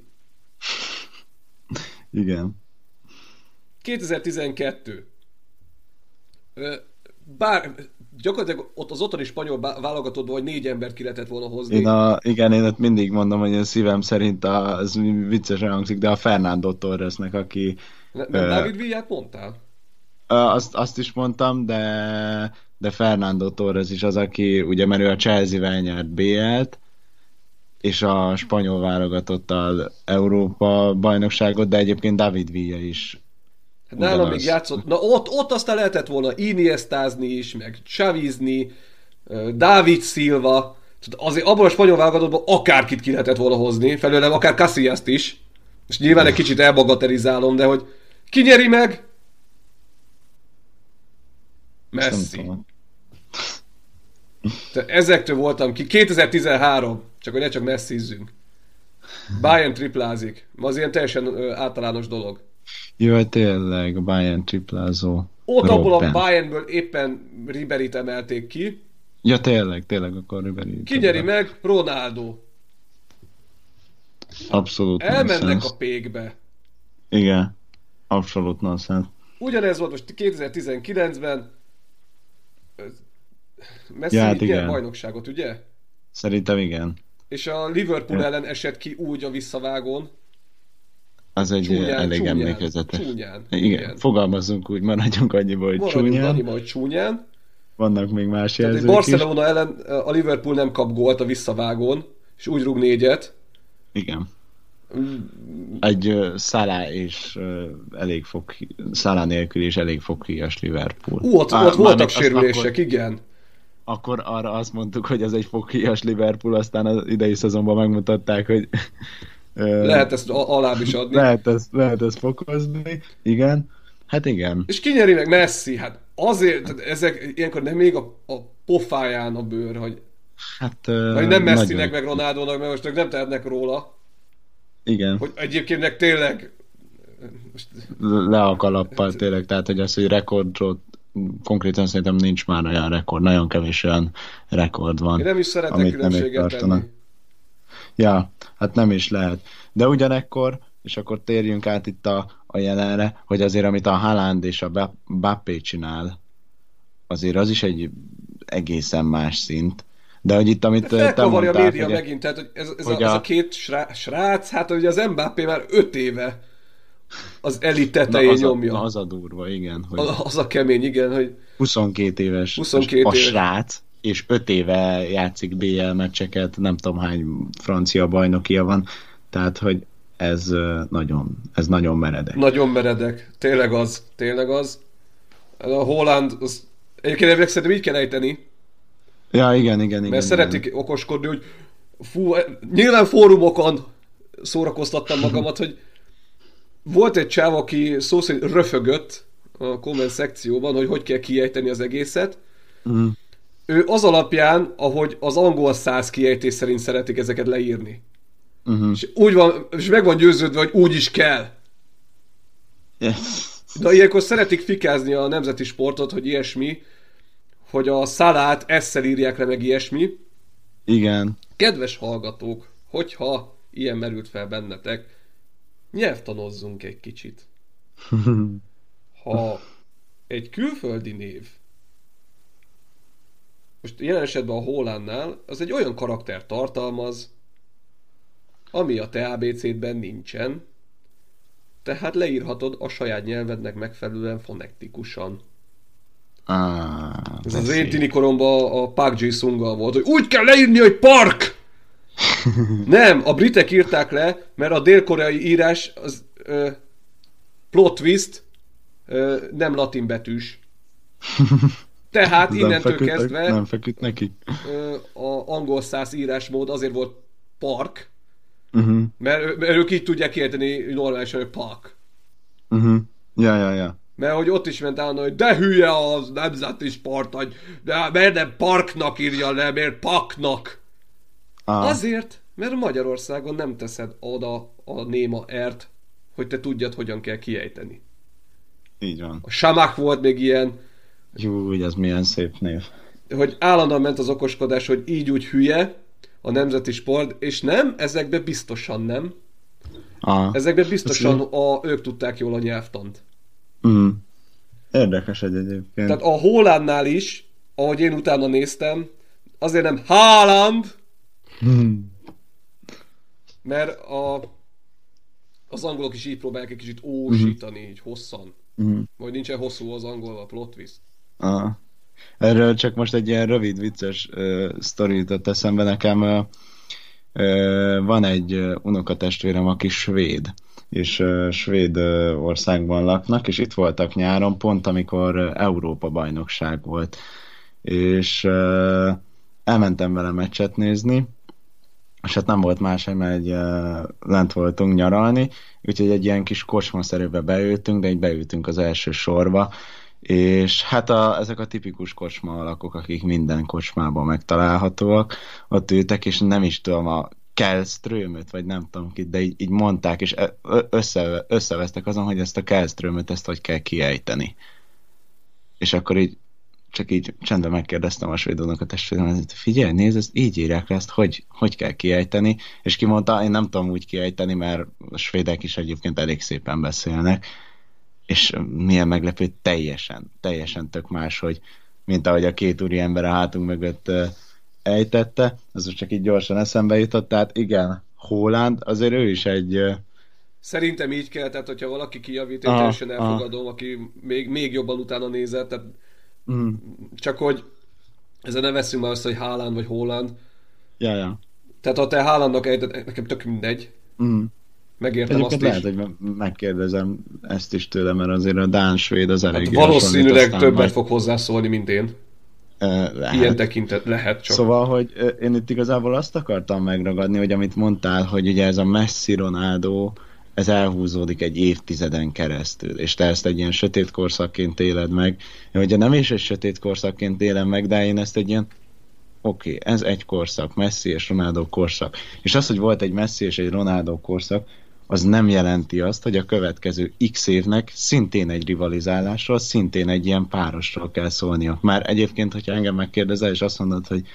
Igen. kétezer-tizenkettő. Ö, Bár gyakorlatilag ott az ottani spanyol bá- válogatottban, hogy négy embert ki lehetett volna hozni. Én a, igen, én ott mindig mondom, hogy a szívem szerint a, az viccesen hangzik, de a Fernando Torresnek, aki Ne- Ö, Nem Dávid Villát mondtál? Ö, Azt, azt is mondtam, de, de Fernando Torres is az, aki ugye, mert ő a Chelsea-vel nyert bé el-t, és a spanyol válogatottal Európa bajnokságot, de egyébként David Villa is. Hát nálam Ugyanaz. még játszott. Na ott, ott aztán lehetett volna Iniestázni is, meg Chavizni, ö, Dávid Silva. Tehát azért abban a spanyol válogatottban akárkit ki lehetett volna hozni, felőlem akár Casillas-t is. És nyilván egy kicsit elbagatelizálom, de hogy ki nyeri meg? Ezt nem Messi. tudom. Te ezektől voltam ki. kétezer-tizenhárom. Csak hogy ne csak messzizzünk. Bayern triplázik. Ma az ilyen teljesen ö, általános dolog. Jaj, tényleg, Bayern triplázó. Ott abból a Robben. Bayernből éppen Riberyt emelték ki. Ja, tényleg, tényleg, akkor Ribery. Ki nyeri meg? Ronaldo. Abszolút Elmennek nonsense. a pékbe. Igen, abszolút nonsense. Ugyanez volt most kétezer-tizenkilencben. Messi Ja, hát nyert igen. bajnokságot, ugye? Szerintem igen. És a Liverpool Ja. ellen esett ki úgy a visszavágón. Az egy Csúnyán, elég csúnyán, emlékezetes. csúnyán, Igen, igen. fogalmazzunk úgy, maradjunk annyiba, hogy Maradjunk csúnyán. annyiba, hogy csúnyán. Vannak még más Tehát egy jelzők is. Barcelona ellen a Liverpool nem kap gólt a visszavágón, és úgy rúg négyet. Igen. Egy uh, Salah és uh, elég fog, Salah nélkül is elég foghíjas Liverpool. Ú, ott, Á, ott voltak mármint azt sérülések, akkor, igen. akkor arra azt mondtuk, hogy ez egy foghíjas Liverpool, aztán az idei szezonban megmutatták, hogy uh, Lehet ezt a- alább is adni. lehet, ezt, lehet ezt fokozni. Igen. Hát igen. És ki nyeri meg? Messi. Hát azért, tehát ezek ilyenkor nem még a, a pofáján a bőr, hogy, Hát, uh, hogy nem Messinek nagyon- meg Ronaldónak, mert most ők nem tehetnek róla. Igen. Hogy egyébként meg tényleg most, Le a kalappal tényleg, tehát hogy az, hogy rekordot konkrétan szerintem nincs már olyan rekord, nagyon kevés olyan rekord van. én nem is szeretek amit nem ők különbséget tartanak. tenni. Ja, hát nem is lehet. De ugyanekkor, és akkor térjünk át itt a, a jelenre, hogy azért amit a Haaland és a Ba- Mbappé csinál, azért az is egy egészen más szint. De hogy itt, amit De te felkavarja a mondtál, média hogy megint, tehát hogy ez, ez, hogy a, ez a- a két srá, srác, hát ugye az Mbappé már öt éve az elit na, tetején az, a, nyomja. na, az a durva, igen, hogy Az, az a kemény, igen, hogy huszonkét éves huszonkét a éves. srác, és öt éve játszik bé el meccseket, nem tudom hány francia bajnokia van, tehát hogy ez ö, nagyon, ez nagyon meredek. nagyon meredek. Tényleg az, tényleg az. A Holland, az, egyébként elvileg szerintem így kell ejteni, Ja, igen, igen, igen. mert igen. szeretik okoskodni, hogy fú, nyilván fórumokon szórakoztattam magamat, hogy volt egy csáv, aki szó szerint röfögött a komment szekcióban, hogy hogy kell kiejteni az egészet. Mm. Ő az alapján, ahogy az angol száz kiejtés szerint szeretik ezeket leírni. Uh-huh. És úgy van, és meg van győződve, hogy úgy is kell. Yes. De ilyenkor szeretik fikázni a nemzeti sportot, hogy ilyesmi, hogy a szalát esszel írják le, meg ilyesmi. Igen. Kedves hallgatók, hogyha ilyen merült fel bennetek, nyelvtanozzunk egy kicsit. Ha egy külföldi név, most jelen esetben a Hollandnál, az egy olyan karakter tartalmaz, ami a te á bé cédben nincsen, tehát leírhatod a saját nyelvednek megfelelően fonektikusan. Ah, Ez az én tini koromban a Park Ji-sunggal volt, hogy úgy kell leírni, hogy park! Nem, a britek írták le, mert a dél-koreai írás az ö, plot twist ö, nem latin betűs. Tehát Nem innentől feküdtek, kezdve nem feküdt nekik. ö, a angol száz írásmód azért volt park, Uh-huh. mert, mert ők így tudják kiejteni normálisan, hogy park. Uh-huh. Ja, ja, ja. Mert hogy ott is ment állna, hogy de hülye az nemzeti sport, hogy de miért nem parknak írja le, miért paknak? Ah. Azért, mert Magyarországon nem teszed oda a néma ert, hogy te tudjad, hogyan kell kiejteni. Így van. A Samak volt még ilyen, Jú, ez milyen szép név. hogy állandóan ment az okoskodás, hogy így úgy hülye a nemzeti sport, és nem, ezekbe biztosan nem. Ah. Ezekbe biztosan a, ők tudták jól a nyelvtant. Mm. Érdekes egy egyébként. Tehát a Haalandnál is, ahogy én utána néztem, azért nem Haaland, Hmm. mert a, az angolok is így próbálják egy kicsit ósítani, így hosszan. Mm. Vagy nincsen hosszú az angol a plot twist. Ah. Erről csak most egy ilyen rövid, vicces uh, sztori jutott eszembe nekem. Uh, uh, van egy uh, unokatestvérem, aki svéd, és uh, svéd uh, országban laknak, és itt voltak nyáron, pont amikor uh, Európa-bajnokság volt. És uh, elmentem vele meccset nézni, és hát nem volt más, mert egy, uh, lent voltunk nyaralni, úgyhogy egy ilyen kis kocsmaszerűbe beültünk, de így beültünk az első sorba, és hát a, ezek a tipikus kocsma alakok, akik minden kocsmában megtalálhatóak, ott ültek, és nem is tudom, a Kellströmöt, vagy nem tudom ki, de így, így mondták, és össze, összevesztek azon, hogy ezt a Kellströmöt, ezt hogy kell kiejteni. És akkor így csak így csendben megkérdeztem a svéd unokatestvéremet, hogy figyelj, nézd, ezt így írják le, ezt hogy, hogy kell kiejteni, és kimondta, én nem tudom úgy kiejteni, mert a svédek is egyébként elég szépen beszélnek, és milyen meglepő, teljesen, teljesen tök más, hogy mint ahogy a két úri ember a hátunk mögött ejtette, az csak így gyorsan eszembe jutott, tehát igen, Haaland, azért ő is egy... Szerintem így kell, tehát hogyha valaki kijavít, én ah, teljesen ah. elfogadom, aki még, még jobban utána nézett, tehát Mm. csak hogy ezzel ne veszünk már össze, hogy Haaland vagy Haaland. Ja, ja. Tehát ha te Haalandnak ejted, nekem tök mindegy. Mm. Megértem Egyébként azt lehet, is. hogy me- megkérdezem ezt is tőle, mert azért a dán-svéd az elég... Hát valószínűleg többet majd... fog hozzászólni, mint én. Uh, Ilyen tekintet lehet csak. Szóval, hogy uh, én itt igazából azt akartam megragadni, hogy amit mondtál, hogy ugye ez a Messi Ronaldo, ez elhúzódik egy évtizeden keresztül, és te ezt egy ilyen sötét korszakként éled meg. Én ugye nem is egy sötét korszakként élem meg, de én ezt egy ilyen oké, okay, ez egy korszak, Messi és Ronaldo korszak. És az, hogy volt egy Messi és egy Ronaldo korszak, az nem jelenti azt, hogy a következő X évnek szintén egy rivalizálásról, szintén egy ilyen párosról kell szólnia. Már egyébként, hogyha engem megkérdezel, és azt mondod, hogy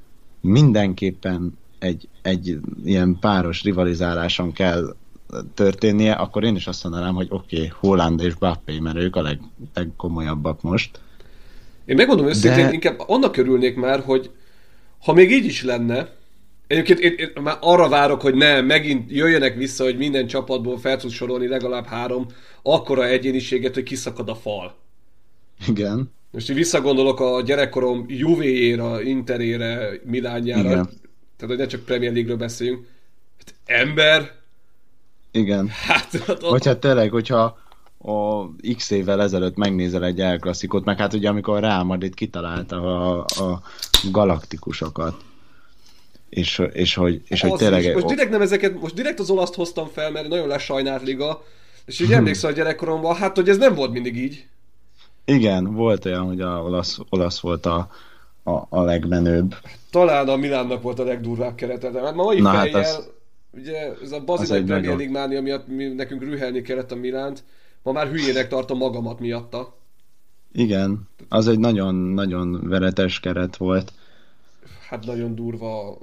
mindenképpen egy, egy ilyen páros rivalizáláson kell történnie, akkor én is azt mondanám, hogy oké, okay, Haaland és Mbappé, mert ők a leg, legkomolyabbak most. Én megmondom őszintén, De... inkább annak örülnék már, hogy ha még így is lenne, egyébként én, én már arra várok, hogy ne, megint jöjjenek vissza, hogy minden csapatból fel tudsz sorolni legalább három akkora egyéniséget, hogy kiszakad a fal. Igen. Most így visszagondolok a gyerekkorom Juvéjére, Interére, Milánjára, Igen. tehát hogy ne csak Premier League-ről beszéljünk. Hát ember... Igen. Hát, hát, Vagy hát tényleg, hogyha a X évvel ezelőtt megnézel egy El Clasicót, meg hát ugye amikor Real Madrid kitalálta a, a galaktikusokat, és, és hogy, és hogy tényleg... Is. Most direkt nem ezeket, most direkt az olaszt hoztam fel, mert nagyon lesajnált liga, és így emlékszel a gyerekkoromban, hát hogy ez nem volt mindig így. Igen, volt olyan, hogy a olasz, olasz volt a, a, a legmenőbb. Talán a Milánnak volt a legdurvább kerete, de hát ma mai Na, fejjel, hát az, ugye ez a bazilai Premier League mánia miatt mi, nekünk rühelni kellett a Milánt, ma már hülyének tartom magamat miatta. Igen, az egy nagyon-nagyon veretes keret volt. Hát nagyon durva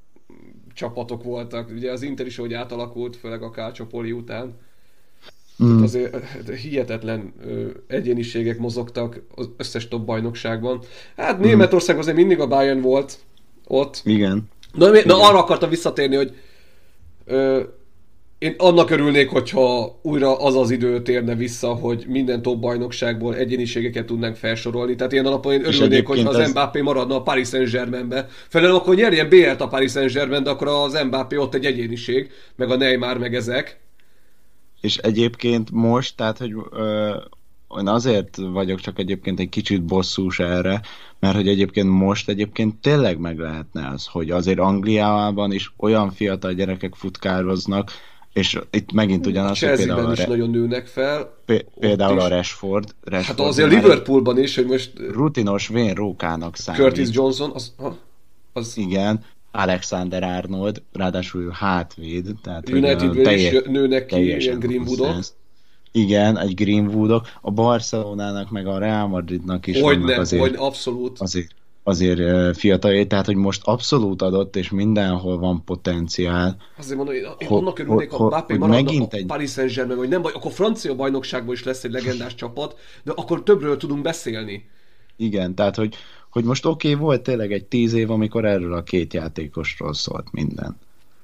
csapatok voltak, ugye az Inter is hogy átalakult, főleg a Calciopoli után. Mm. Tehát azért hihetetlen ö, egyéniségek mozogtak az összes top bajnokságban. Hát Németország azért mindig a Bayern volt ott. Igen. Na, Igen. na arra akartam visszatérni, hogy ö, Én annak örülnék, hogyha újra az az idő térne vissza, hogy minden top bajnokságból egyéniségeket tudnánk felsorolni. Tehát ilyen alapon én örülnék, hogyha az ez... Mbappé maradna a Paris Saint-Germainbe. Felelően akkor nyerjen bé el-t a Paris Saint-Germain, de akkor az Mbappé ott egy egyéniség, meg a Neymar, meg ezek. És egyébként most, tehát, hogy ö, én azért vagyok csak egyébként egy kicsit bosszús erre, mert hogy egyébként most egyébként tényleg meg lehetne az, hogy azért Angliában is olyan fiatal gyerekek futkároznak, és itt megint ugyanaz, hogy például a is re... nagyon nőnek fel. Például a Rashford. Rashford hát azért a Liverpoolban is, hogy most... Rutinos Wayne Rókának számít. Curtis Johnson, az... az... Igen. Alexander Arnold, ráadásul hátvéd. Tehát Unitedből is nőnek ki ilyen Greenwoodok. Igen, egy Greenwoodok. A Barcelonának meg a Real Madridnak is hogy vannak nem, azért, hogy abszolút. azért, azért fiataljai, tehát hogy most abszolút adott, és mindenhol van potenciál. Azért mondom, én, én annak örülnék, ha Mbappé maradna a egy... Paris Saint-Germain, hogy nem baj, akkor francia bajnokságban is lesz egy legendás csapat, de akkor többről tudunk beszélni. Igen, tehát hogy, hogy most oké, okay, volt tényleg egy tíz év, amikor erről a két játékosról szólt minden.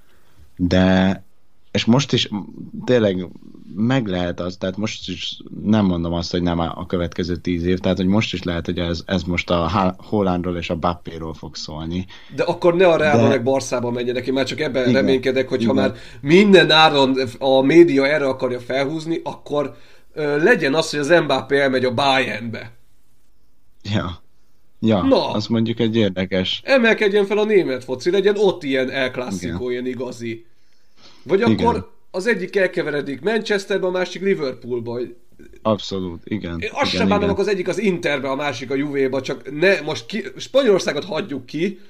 De és most is tényleg meg lehet az, tehát most is nem mondom azt, hogy nem a következő tíz év, tehát hogy most is lehet, hogy ez, ez most a Haalandról és a Mbappéról fog szólni. De akkor ne a Realba De... meg Barszába menjenek, én már csak ebben igen, reménykedek, hogy igen. Ha már minden áron a média erre akarja felhúzni, akkor ö, legyen az, hogy az Mbappé elmegy a Bayernbe. Ja. Ja, na, az mondjuk egy érdekes. Emelkedjen fel a német foci, legyen ott ilyen El Clasico, ilyen igazi. Vagy igen. Akkor az egyik elkeveredik Manchesterbe, a másik Liverpoolba. Abszolút, igen. Én azt sem bánom, az egyik az Interbe, a másik a Juvéba, csak ne, most ki, Spanyolországot hagyjuk ki,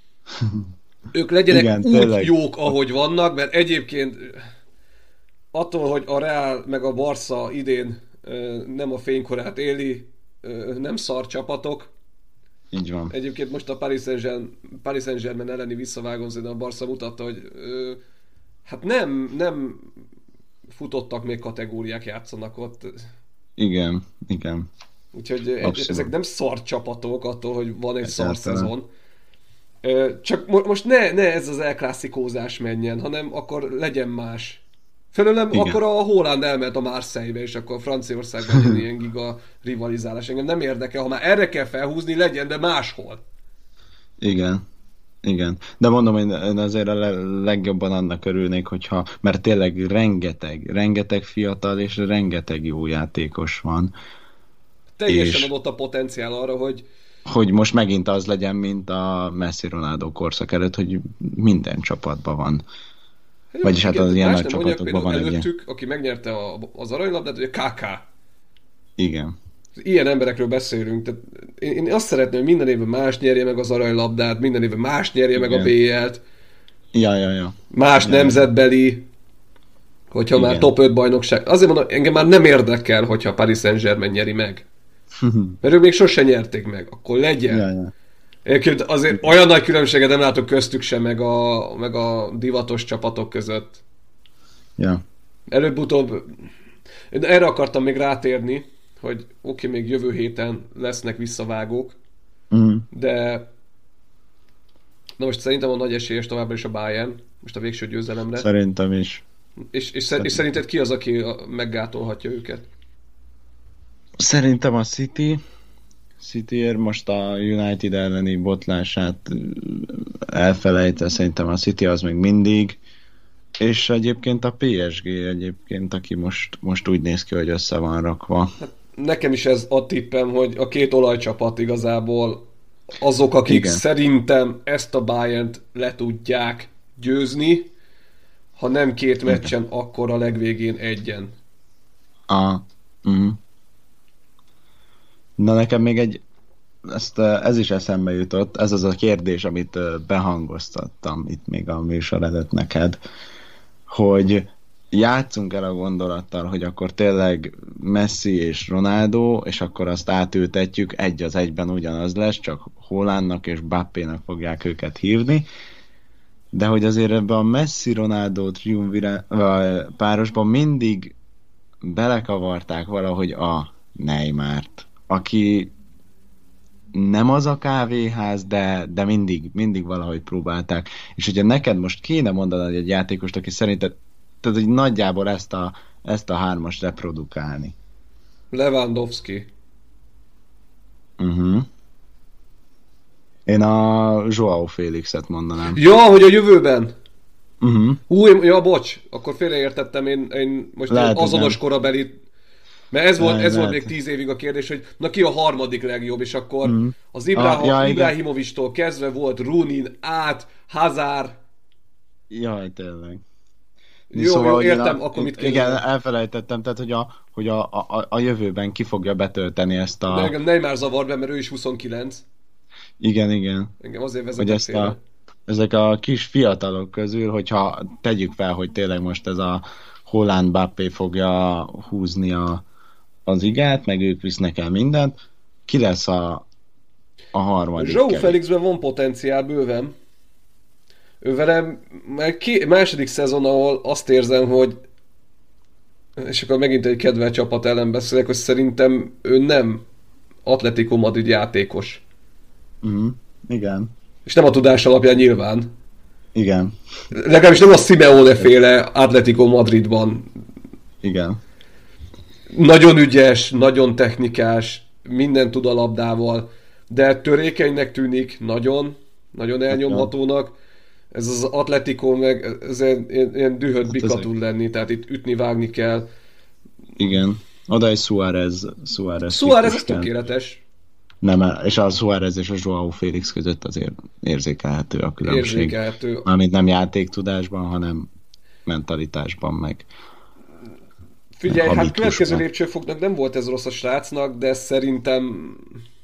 ők legyenek igen, úgy tényleg. Jók, ahogy vannak, mert egyébként attól, hogy a Real meg a Barca idén nem a fénykorát éli, nem szar csapatok. Így van. Egyébként most a Paris Saint-Germain, Paris Saint-Germain elleni visszavágom, de a Barca mutatta, hogy hát nem, nem futottak még kategóriák játszanak ott. Igen, igen. Úgyhogy abszolút. Ezek nem szar csapatok attól, hogy van egy szar szezon. Csak most ne, ne ez az elklasszikózás menjen, hanem akkor legyen más. Felőlem igen. Akkor a Haaland elment a Marseille-be, és akkor Franciaországban legyen ilyen giga rivalizálás. Engem nem érdekel, ha már erre kell felhúzni, legyen, de máshol. Igen. Igen, de mondom, én azért a legjobban annak örülnék, hogyha, mert tényleg rengeteg, rengeteg fiatal és rengeteg jó játékos van. Teljesen adott a potenciál arra, hogy hogy most megint az legyen, mint a Messi-Ronaldo korszak előtt, hogy minden csapatban van. Hát, vagyis hát az ilyen nagy csapatokban van egy előttük, ilyen. Aki megnyerte a, az aranylabdát, hogy a ká ká. Igen. Ilyen emberekről beszélünk. Tehát én, én azt szeretném, hogy minden évben más nyerje meg az aranylabdát, minden évben más nyerje igen. meg a bé el-t. Ja, ja, ja. Más ja. nemzetbeli, hogyha igen. már top öt bajnokság. Azért mondom, engem már nem érdekel, hogyha Paris Saint-Germain nyeri meg. Mert ők még sose nyerték meg. Akkor legyen. Ja, ja. Egyébként azért olyan nagy különbséget nem látok köztük sem, meg a, meg a divatos csapatok között. Ja. Előbb-utóbb erre akartam még rátérni, hogy oké, okay, még jövő héten lesznek visszavágók, mm. de na most szerintem a nagy esélyes továbbra is a Bayern, most a végső győzelemre. Szerintem is. És, és, Szerintem. és szerinted ki az, aki meggátolhatja őket? Szerintem a City. Cityért most a United elleni botlását elfelejtve, szerintem a City az még mindig. És egyébként a pé es gé egyébként, aki most, most úgy néz ki, hogy össze van rakva. Hát nekem is ez a tippem, hogy a két olajcsapat igazából azok, akik igen. szerintem ezt a Bayernt le tudják győzni, ha nem két meccsen, igen. akkor a legvégén egyen. Ah, uh-huh. Na nekem még egy, ezt, ez is eszembe jutott, ez az a kérdés, amit behangoztattam itt még a műsor előtt neked, hogy játszunk el a gondolattal, hogy akkor tényleg Messi és Ronaldo, és akkor azt átültetjük, egy az egyben ugyanaz lesz, csak Haalandnak és Mbappénak fogják őket hívni, de hogy azért ebben a Messi-Ronaldo párosban mindig belekavarták valahogy a Neymart, aki nem az a kávéház, de, de mindig, mindig valahogy próbálták. És ugye neked most kéne mondanod egy játékost, aki szerinted tehát hogy nagyjából ezt a, ezt a hármast reprodukálni. Lewandowski. Uh-huh. Én a Joao Félixet mondanám. Ja, hogy a jövőben? Uh-huh. Hú, ja, bocs, akkor félreértettem, én, én most Lehet, azonos korabeli, mert ez volt, lehet, ez volt lehet. még tíz évig a kérdés, hogy na ki a harmadik legjobb, és akkor Uh-huh. az Ibrah- Ah, ja, Ibrahimovistól kezdve volt Runin át, Hazard. Jaj, tényleg. Jó, jó, hogy én értem, a, akkor mit igen, kérdezel? elfelejtettem, tehát hogy, a, hogy a, a, a jövőben ki fogja betölteni ezt De a... engem Neymar zavar be, mert ő is huszonkilenc. Igen, igen. Engem azért Hogy vezetett ezt félre. a, ezek a kis fiatalok közül, hogyha tegyük fel, hogy tényleg most ez a Haaland Mbappé fogja húzni a, az igát, meg ők visznek el mindent, ki lesz a, a harmadik João kerék? Felixben van potenciál bőven. Ő velem már ké, második szezon, ahol azt érzem, hogy és akkor megint egy kedvel csapat ellen beszélek, hogy szerintem ő nem Atletico Madrid játékos. Uh-huh. Igen, És nem a tudás alapján nyilván. igen, Legalábbis nem a Simeone féle Atletico Madridban. igen. Nagyon ügyes, nagyon technikás, minden tud a labdával, de törékenynek tűnik, nagyon, nagyon elnyomhatónak. Ez az Atletico meg, ez ilyen, ilyen dühött bika ezek- tud lenni, tehát itt ütni, vágni kell. Igen. Oda egy Suárez, Suárez. Suárez ez típus kell. tökéletes. Nem, és a Suárez és a Joao Félix között azért érzékelhető a különbség. Érzékelhető. Mármint nem játéktudásban, hanem mentalitásban meg. Figyelj, hát habitusban. következő lépcsőfoknak nem volt ez rossz a srácnak, de szerintem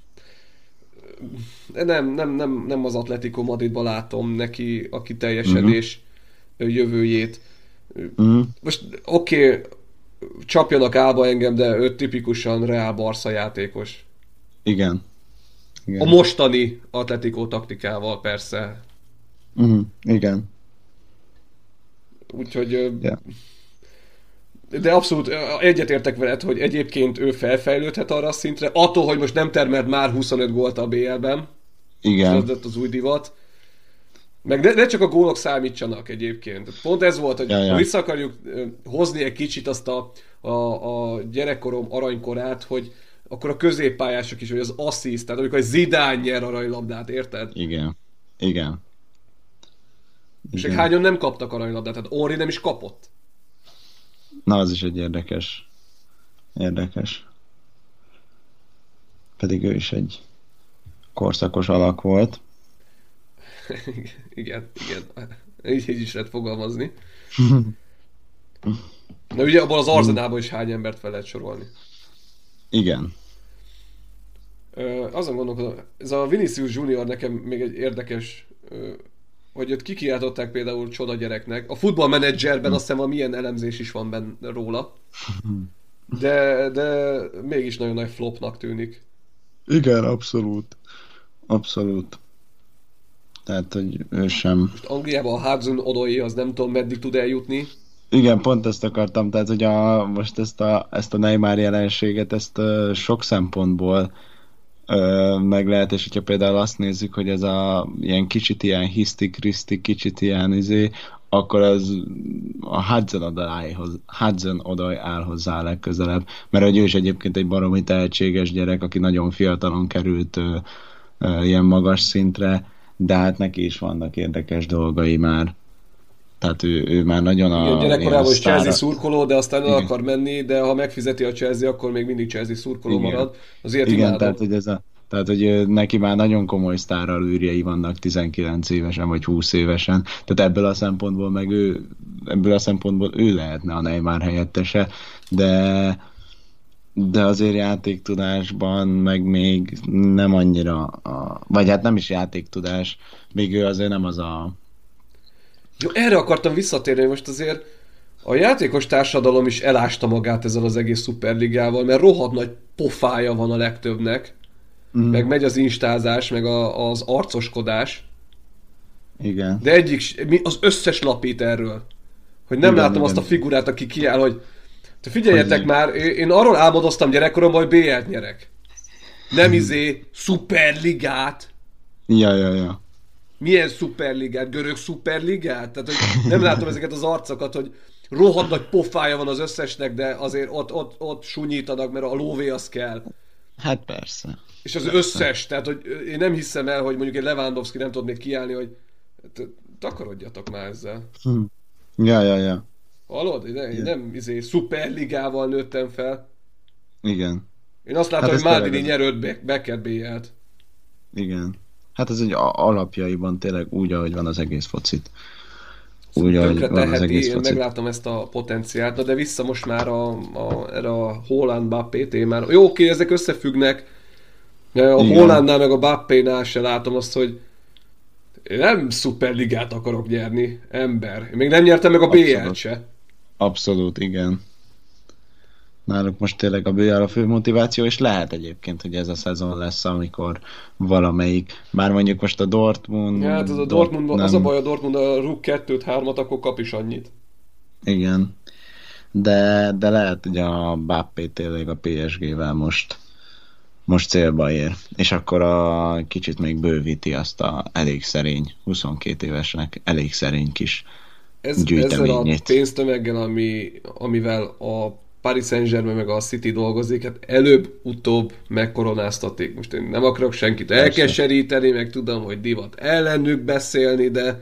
nem, nem, nem, nem az Atletico Madridba látom neki a kiteljesedés uh-huh. jövőjét. Mm. Most oké, okay, csapjanak álba engem, de ő tipikusan Real Barca játékos. Igen. Igen. A mostani Atletico taktikával persze. Mm. Igen. Úgyhogy ö, Yeah. de abszolút ö, egyetértek veled, hogy egyébként ő felfejlődhet arra a szintre, attól, hogy most nem termelt már huszonöt gólt a bé el-ben, Igen. ez lett az új divat. Meg ne, ne csak a gólok számítsanak egyébként. Pont ez volt, hogy Ja, ja. ha vissza akarjuk ö, hozni egy kicsit azt a, a, a gyerekkorom aranykorát, hogy akkor a középpályások is, hogy az assziszt, tehát amikor egy Zidane nyer aranylabdát, érted? Igen. Igen. És Igen. hányan nem kaptak aranylabdát, tehát Henry nem is kapott. Na, az is egy érdekes. Érdekes. Pedig ő is egy korszakos alak volt. igen, igen. Így, így is lehet fogalmazni. De ugye abban az Arzenálban is hány embert fel lehet sorolni. Igen. Ö, azon gondolkodom, ez a Vinicius Junior nekem még egy érdekes, ö, hogy őt kikiáltották például csoda gyereknek. A futballmenedzserben azt hiszem, milyen elemzés is van benne róla. De, de mégis nagyon nagy flopnak tűnik. Igen, abszolút. Abszolút. Tehát, hogy ő sem... Most Angliában a Hudson Odoi az nem tudom meddig tud eljutni. Igen, pont ezt akartam, tehát hogy a, most ezt a, ezt a Neymar jelenséget, ezt uh, sok szempontból uh, meg lehet, és hogyha például azt nézzük, hogy ez a ilyen kicsit ilyen hiszti-kriszti, kicsit ilyen izé, akkor az a Hudson Odoi-hoz, Hudson Odoi áll hozzá legközelebb, mert hogy ő is egyébként egy baromi tehetséges gyerek, aki nagyon fiatalon került uh, uh, ilyen magas szintre, de hát neki is vannak érdekes dolgai már. Tehát ő, ő már nagyon a... Igen, gyerekkorában is Chelsea sztára... szurkoló, de aztán el Igen. akar menni, de ha megfizeti a Chelsea, akkor még mindig Chelsea szurkoló Igen. marad. Azért Igen, imádom. tehát hogy, ez a, tehát, hogy ő- neki már nagyon komoly sztárral űrjei vannak tizenkilenc évesen, vagy húsz évesen. Tehát ebből a szempontból meg ő, ebből a szempontból ő lehetne a Neymar helyettese, de de azért játéktudásban meg még nem annyira, a, vagy hát nem is játéktudás, még ő azért nem az a... Jó, erre akartam visszatérni, hogy most azért a játékos társadalom is elásta magát ezzel az egész szuperligával, mert rohadt nagy pofája van a legtöbbnek, Mm, meg megy az instázás, meg a, az arcoskodás, igen. de egyik, s- mi- az összes lapít erről. Hogy nem Igen, látom igen. azt a figurát, aki kiáll, hogy te figyeljetek Hogy- már, én én arról álmodoztam gyerekkoromban, hogy bé el-t nyerek. Nem izé, szuperligát. Ja, ja, ja. Milyen szuperligát? Görög szuperligát? Tehát, hogy nem látom ezeket az arcokat, hogy rohadt nagy pofája van az összesnek, de azért ott, ott, ott sunyítanak, mert a lóvé az kell. Hát persze. És az persze. összes, tehát hogy én nem hiszem el, hogy mondjuk egy Lewandowski nem tud még kiállni, hogy takarodjatok már ezzel. Hm. Ja, ja, ja. Hallod? Én nem, én nem izé, szuperligával nőttem fel. Igen. Én azt látom, Hát hogy Maldini ez... nyer öt Beckett bé jelt. Igen. Hát ez egy alapjaiban tényleg úgy, ahogy van az egész focit. Úgy, ahogy van az egész én focit. meglátom ezt a potenciált, na de vissza most már a, a, erre a Haaland-Bappé témára. Jó, oké, ezek összefüggnek. A Haalandnál meg a Bappénál se látom azt, hogy én nem szuperligát akarok nyerni, ember. Én még nem nyertem meg a bé el-t se. Abszolút, igen. Náluk most tényleg a bé el a fő motiváció, és lehet egyébként, hogy ez a szezon lesz, amikor valamelyik, bár mondjuk most a Dortmund... Ja, hát az a Dortmund, Dort, az a baj, a Dortmund a rúg kettőt, hármat, akkor kap is annyit. Igen. De, de lehet, hogy a Bappé tényleg a pé es gé-vel most, most célba ér. És akkor a kicsit még bővíti azt a elég szerény, huszonkét évesnek elég szerény kis ez, gyűjteményét. Ezzel a pénztömeggel, ami, amivel a Paris Saint-Germain meg a City dolgozik, hát előbb-utóbb megkoronáztatik. Most én nem akarok senkit elkeseríteni, meg tudom, hogy divat ellenük beszélni, de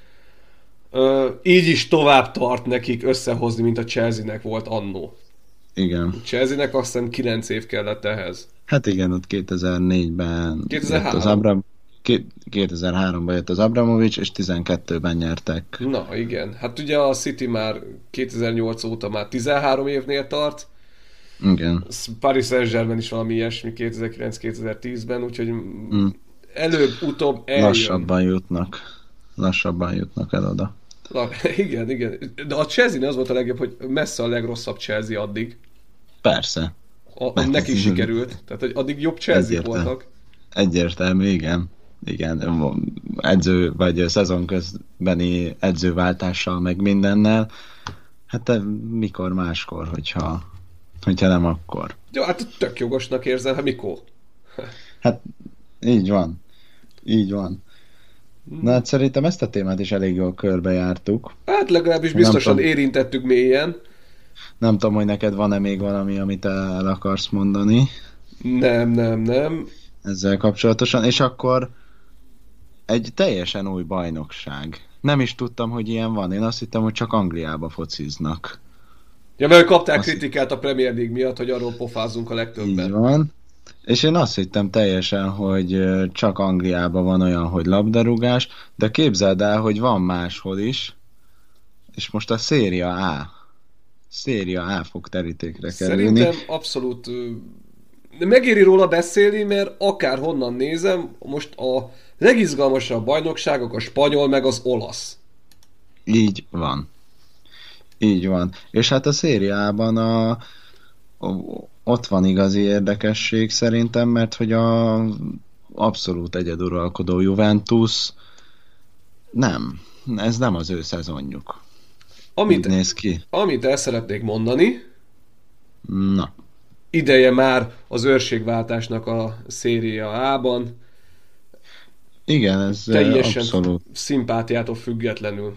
uh, így is tovább tart nekik összehozni, mint a Chelsea-nek volt annó. Igen. A Chelsea-nek azt hiszem kilenc év kellett ehhez. Hát igen, ott kétezer-négyben kétezer-három. Jött az Abram... kétezer-háromban jött az Abramovics, és tizenkettőben nyertek. Na igen, hát ugye a City már kétezer-nyolc óta már tizenhárom évnél tart. Igen. Paris Saint-Germain is valami ilyesmi kétezer-kilenc-kétezer-tízben, úgyhogy mm. előbb-utóbb eljön. Lassabban jutnak. Lassabban jutnak el oda. La, igen, igen. De a Chelsea az volt a legjobb, hogy messze a legrosszabb Chelsea addig. Persze. A, neki sikerült. Tehát, hogy addig jobb Chelsea Egyértelmű. voltak. Egyértelmű, igen. Igen, edző, vagy szezon közbeni edzőváltással, meg mindennel. Hát mikor máskor, hogyha, hogyha nem akkor. Jó, hát tök jogosnak érzel, hát mikor? Hát így van. Így van. Na hát szerintem ezt a témát is elég jól körbejártuk. Hát legalábbis biztosan tudom, érintettük mélyen. Nem tudom, hogy neked van-e még valami, amit el akarsz mondani. Nem, nem, nem. Ezzel kapcsolatosan, és akkor egy teljesen új bajnokság. Nem is tudtam, hogy ilyen van. Én azt hittem, hogy csak Angliába fociznak. Ja, mert kapták azt kritikát a Premier League miatt, hogy arról pofázunk a legtöbben. Így van. És én azt hittem teljesen, hogy csak Angliában van olyan, hogy labdarúgás, de képzeld el, hogy van máshol is, és most a Serie A. Serie A fog terítékre kerülni. Szerintem abszolút megéri róla beszélni, mert akár honnan nézem, most a legizgalmasabb bajnokságok a spanyol meg az olasz. Így van. Így van. És hát a Serie-ában a, a, ott van igazi érdekesség szerintem, mert hogy a abszolút egyeduralkodó Juventus nem. Ez nem az ő szezonjuk. Amit, Úgy néz ki. Amit el szeretnék mondani, na. Ideje már az őrségváltásnak a Serie A-ban. Igen, ez teljesen abszolút. Szimpátiától függetlenül.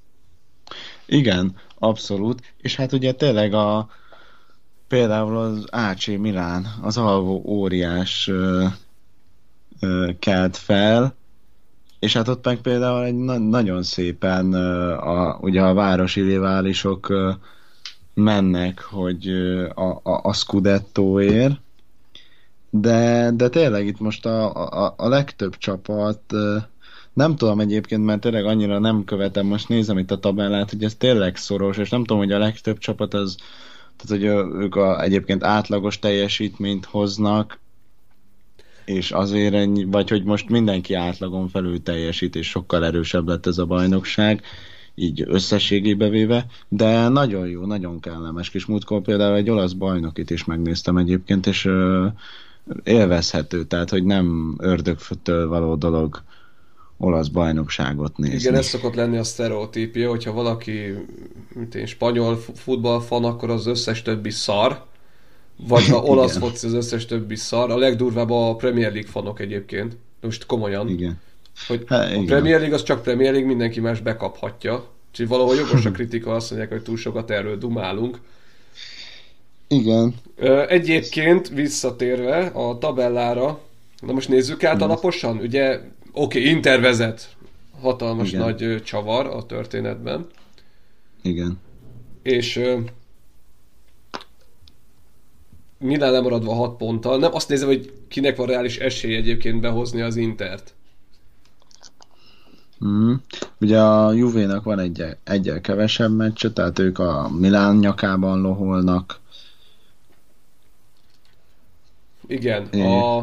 Igen, abszolút. És hát ugye tényleg a például az á cé Milán, az alvó óriás ö, ö, kelt fel, és hát ott meg például egy na- nagyon szépen ö, a, ugye a városi riválisok ö, mennek, hogy ö, a, a, a Scudettóért, de, de tényleg itt most a, a, a legtöbb csapat, ö, nem tudom egyébként, mert tényleg annyira nem követem, most nézem itt a tabellát, hogy ez tényleg szoros, és nem tudom, hogy a legtöbb csapat az, tehát hogy ők a, egyébként átlagos teljesítményt hoznak, és azért ennyi, vagy hogy most mindenki átlagon felül teljesít, és sokkal erősebb lett ez a bajnokság, így összességébe véve, de nagyon jó, nagyon kellemes kis múltkor például egy olasz bajnokit is megnéztem egyébként, és ö, élvezhető, tehát hogy nem ördögtől való dolog olasz bajnokságot nézni. Igen, ez szokott lenni a sztereotípia, hogyha valaki mint én, spanyol futballfan, akkor az összes többi szar, vagy ha olasz foci, az összes többi szar. A legdurvább a Premier League fanok egyébként. Most komolyan. Igen. Hogy Há, a igen. Premier League az csak Premier League, mindenki más bekaphatja. Úgyhogy valahol jogos a kritika, azt mondják, hogy túl sokat erről dumálunk. Igen. Egyébként visszatérve a tabellára, na most nézzük át alaposan, ugye, oké, okay, Inter vezet, hatalmas igen. nagy csavar a történetben. Igen. És Milán lemaradva hat ponttal, nem azt nézem, hogy kinek van reális esély egyébként behozni az Intert. Mm. Ugye a Juvénak van egy egyel kevesebb meccse, tehát ők a Milán nyakában loholnak. Igen, é. a,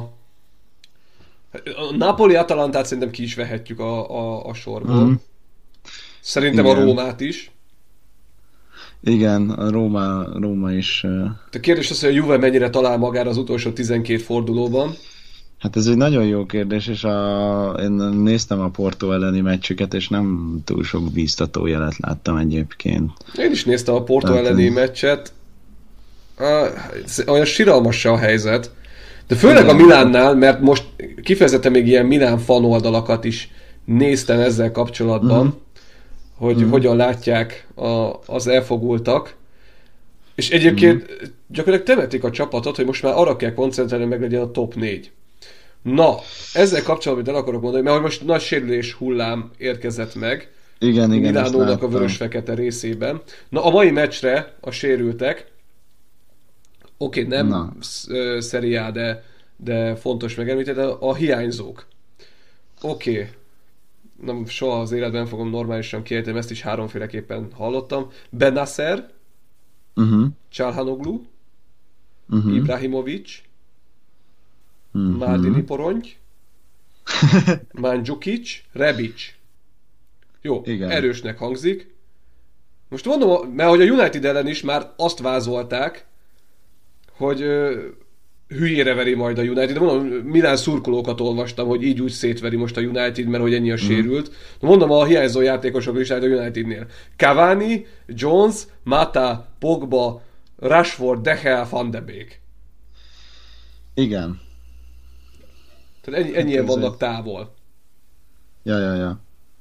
a Napoli-Atalantát szerintem ki is vehetjük a, a, a sorból. Mm. Szerintem igen. a Rómát is. Igen, a Róma, Róma is. A kérdés az, hogy a Juve mennyire talál magára az utolsó tizenkét fordulóban. Hát ez egy nagyon jó kérdés, és a, én néztem a Porto elleni meccsüket, és nem túl sok bíztató jelet láttam egyébként. Én is néztem a Porto Tehát, elleni meccset. Olyan siralmas a helyzet. De főleg a Milánnál, mert most kifejezetten még ilyen Milán fan oldalakat is néztem ezzel kapcsolatban, uh-huh. hogy uh-huh. hogyan látják a, az elfogultak. És egyébként uh-huh. gyakorlatilag temetik a csapatot, hogy most már arra kell koncentrálni, meg legyen a top négy. Na, ezzel kapcsolatban el akarok mondani, mert hogy most nagy sérülés hullám érkezett meg. Igen, igen, Milánónak a vörös-fekete részében. Na, a mai meccsre a sérültek, oké, okay, nem Na. Serie A, de, de fontos megemlíteni, de a hiányzók. Oké, okay. Nem, soha az életben fogom normálisan kiejteni, ezt is háromféleképpen hallottam. Bennacer, uh-huh. Çalhanoğlu, uh-huh. Ibrahimovic, uh-huh. Maldini Poronty, Mandzukic, Rebic. Jó, igen. Erősnek hangzik. Most mondom, mert hogy a United ellen is már azt vázolták, hogy ö, hülyére veri majd a United. De mondom, Milán szurkolókat olvastam, hogy így úgy szétveri most a United, mert hogy ennyi a sérült. Mm. Mondom, a hiányzó játékosok is állt a Unitednél. Cavani, Jones, Mata, Pogba, Rashford, De Gea, Van de Beek. Igen. Tehát ennyi, ennyien vannak távol. Ja, ja, ja.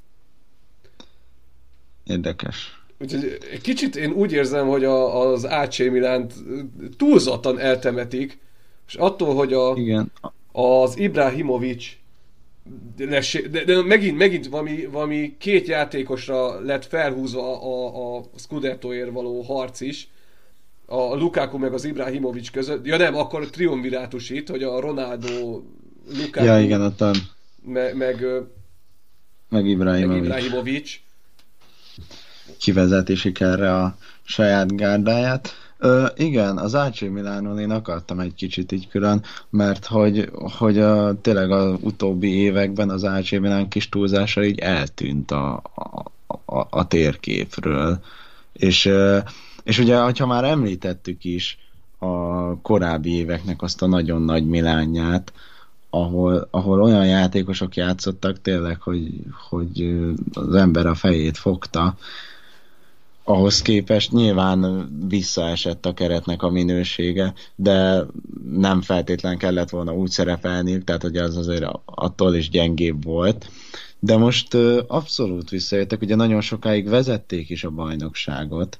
Érdekes. Úgyhogy egy kicsit én úgy érzem, hogy a, az á cé Milánt túlzottan eltemetik, és attól, hogy a, Igen. az Ibrahimovic lesz, de, de megint, megint valami, valami két játékosra lett felhúzva a, a Scudettoért való harc is, a Lukaku meg az Ibrahimovic között. Ja nem, akkor triumvirátus itt, hogy a Ronaldo, Lukaku ja, igen, ottan. Me, meg, meg Ibrahimovic. Meg Ibrahimovic. Kivezeti sikerre a saját gárdáját. Ö, igen, az á cé Milánon én akartam egy kicsit így külön, mert hogy, hogy a, tényleg az utóbbi években az á cé Milán kis túlzása így eltűnt a, a, a, a térképről. És, és ugye, ha már említettük is a korábbi éveknek azt a nagyon nagy Milánját, ahol, ahol olyan játékosok játszottak tényleg, hogy, hogy az ember a fejét fogta, ahhoz képest nyilván visszaesett a keretnek a minősége, de nem feltétlen kellett volna úgy szerepelniük, tehát hogy az azért attól is gyengébb volt. De most abszolút visszajöttek, ugye nagyon sokáig vezették is a bajnokságot,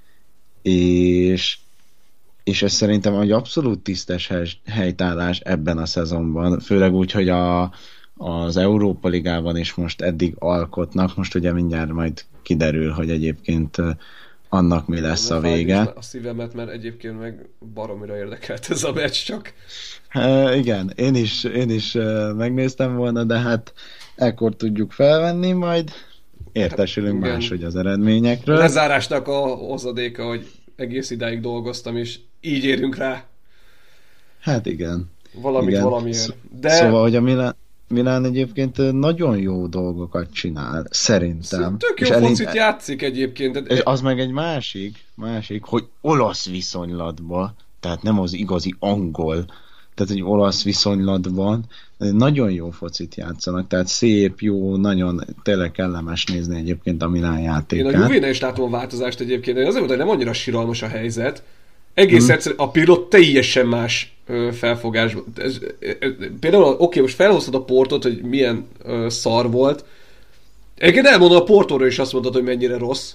és, és ez szerintem egy abszolút tisztes helytállás ebben a szezonban, főleg úgy, hogy a, az Európa Ligában is most eddig alkotnak, most ugye mindjárt majd kiderül, hogy egyébként annak mi lesz a vége. A szívemet, mert egyébként meg baromira érdekelt ez a meccs csak. E, igen, én is, én is megnéztem volna, de hát ekkor tudjuk felvenni, majd értesülünk hát, máshogy az eredményekről. A lezárásnak a hozadéka, hogy egész idáig dolgoztam, és így érünk rá. Hát igen. Valamit igen. valamiért. De... Szóval, hogy a Milán, Milán egyébként nagyon jó dolgokat csinál, szerintem. Tök jó focit elég... játszik egyébként. És az meg egy másik, másik, hogy olasz viszonylatban, tehát nem az igazi angol, tehát egy olasz viszonylatban nagyon jó focit játszanak, tehát szép, jó, nagyon tényleg kellemes nézni egyébként a Milán játékát. Én a Juvénál is látom a változást egyébként, de azért volt, hogy nem annyira siralmas a helyzet. Egész hmm. egyszerűen a pilot teljesen más ö, felfogásban. Például, oké, okay, most felhoztad a Portot, hogy milyen ö, szar volt. Egyébként elmondom, a Portóra is azt mondtad, hogy mennyire rossz.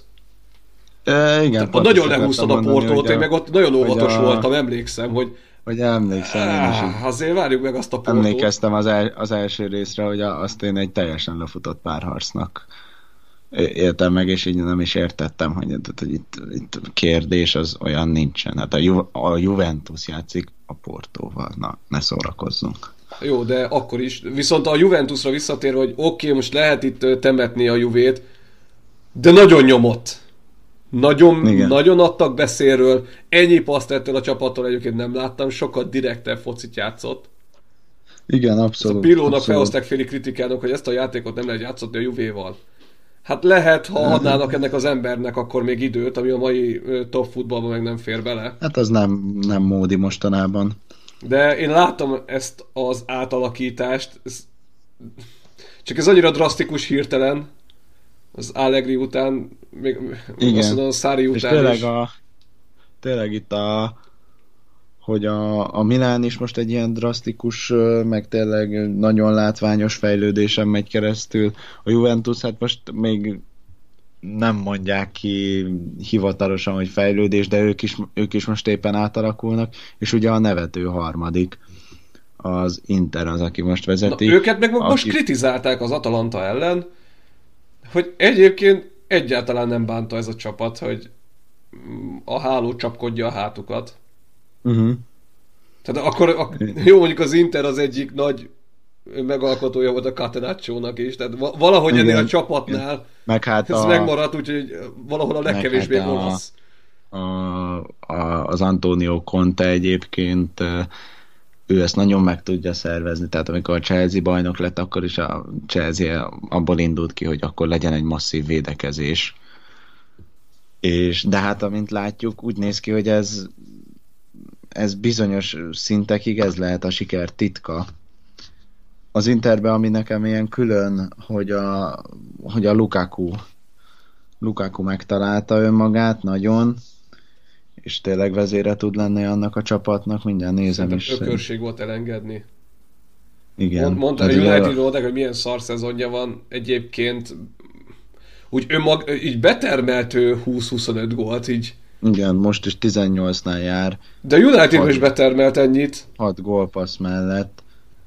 E, igen, Nagyon lehúztad a Portót, én meg ott nagyon óvatos a... voltam, emlékszem, hogy hogy emlékszem, én is így azért várjuk meg azt a Portót. emlékeztem az, el, az első részre, hogy a, azt én egy teljesen lefutott párharcnak éltem meg, és így nem is értettem, hogy, hogy itt, itt kérdés az olyan nincsen. Hát a, Ju, a Juventus játszik a Portóval, na, ne szórakozzunk. Jó, de akkor is. Viszont a Juventusra visszatérve, hogy oké, okay, most lehet itt temetni a Juvét, de nagyon nyomott. Nagyon, nagyon adtak beszélről. Ennyi paszt ettől a csapattól egyébként nem láttam, sokkal direktebb focit játszott. Igen, abszolút. A Pilónak felhozták féli kritikának, hogy ezt a játékot nem lehet játszani a Juvéval. Hát lehet, ha adnának ennek az embernek akkor még időt, ami a mai top futballban meg nem fér bele. Hát az nem, nem módi mostanában. De én láttam ezt az átalakítást, ez... csak ez annyira drasztikus hirtelen, az Allegri után, még igen. Azt mondom, a Sarri után és tényleg, is. A, tényleg itt a hogy a, a Milán is most egy ilyen drasztikus, meg tényleg nagyon látványos fejlődésen megy keresztül. A Juventus hát most még nem mondják ki hivatalosan, hogy fejlődés, de ők is, ők is most éppen átalakulnak, és ugye a nevető harmadik az Inter az, aki most vezeti. Na, őket meg aki... most kritizálták az Atalanta ellen, hogy egyébként egyáltalán nem bánta ez a csapat, hogy a háló csapkodja a hátukat. Uh-huh. Tehát akkor, a, jó, mondjuk az Inter az egyik nagy megalkotója volt a Catenaccio-nak is, tehát valahogy ennél a csapatnál meg hát ez a, megmaradt, úgyhogy valahol a legkevésbé hát olasz. A, a, a, az Antonio Conte egyébként ő ezt nagyon meg tudja szervezni, tehát amikor a Chelsea bajnok lett, akkor is a Chelsea abból indult ki, hogy akkor legyen egy masszív védekezés. És, de hát amint látjuk, úgy néz ki, hogy ez ez bizonyos szintekig ez lehet a siker titka. Az Interben, ami nekem ilyen külön, hogy a, hogy a Lukaku Lukaku megtalálta önmagát nagyon, és tényleg vezére tud lenni annak a csapatnak, mindjárt nézem is. Ökörség volt elengedni. Igen. Mond, mondta, hogy United mondták, hogy milyen szar szezonja van, egyébként úgy önmag, így betermelt ő húsz-huszonöt gólt, így. Igen, most is tizennyolcnál jár. De United is betermelt ennyit. hat gólpassz mellett.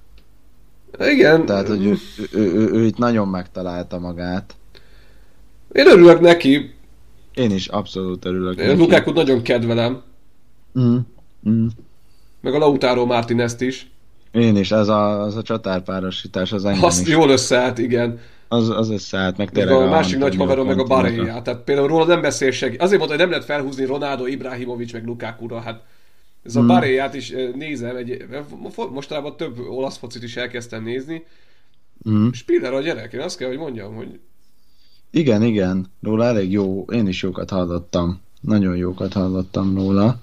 Igen. Tehát, hogy ő, ő, ő, ő, ő itt nagyon megtalálta magát. Én örülök neki. Én is abszolút örülök Én neki. Lukákut nagyon kedvelem. Mm. Mm. Meg a Lautaro Martinezt is. Én is, az a, az a csatárpárosítás az engem Azt is. jól összeállt, igen. Az, az összeállt, meg tényleg. A másik nagy haverom meg a Barella. Tehát például róla nem beszél senki. Azért mondta, hogy nem lehet felhúzni Ronaldo, Ibrahimovic meg Lukákura. Hát ez a hmm. Barellát is nézem. Egy, mostanában több olasz focit is elkezdtem nézni. Hmm. Spiller a gyerek, én azt kell, hogy mondjam, hogy... Igen, igen. Róla elég jó. Én is jókat hallottam. Nagyon jókat hallottam róla.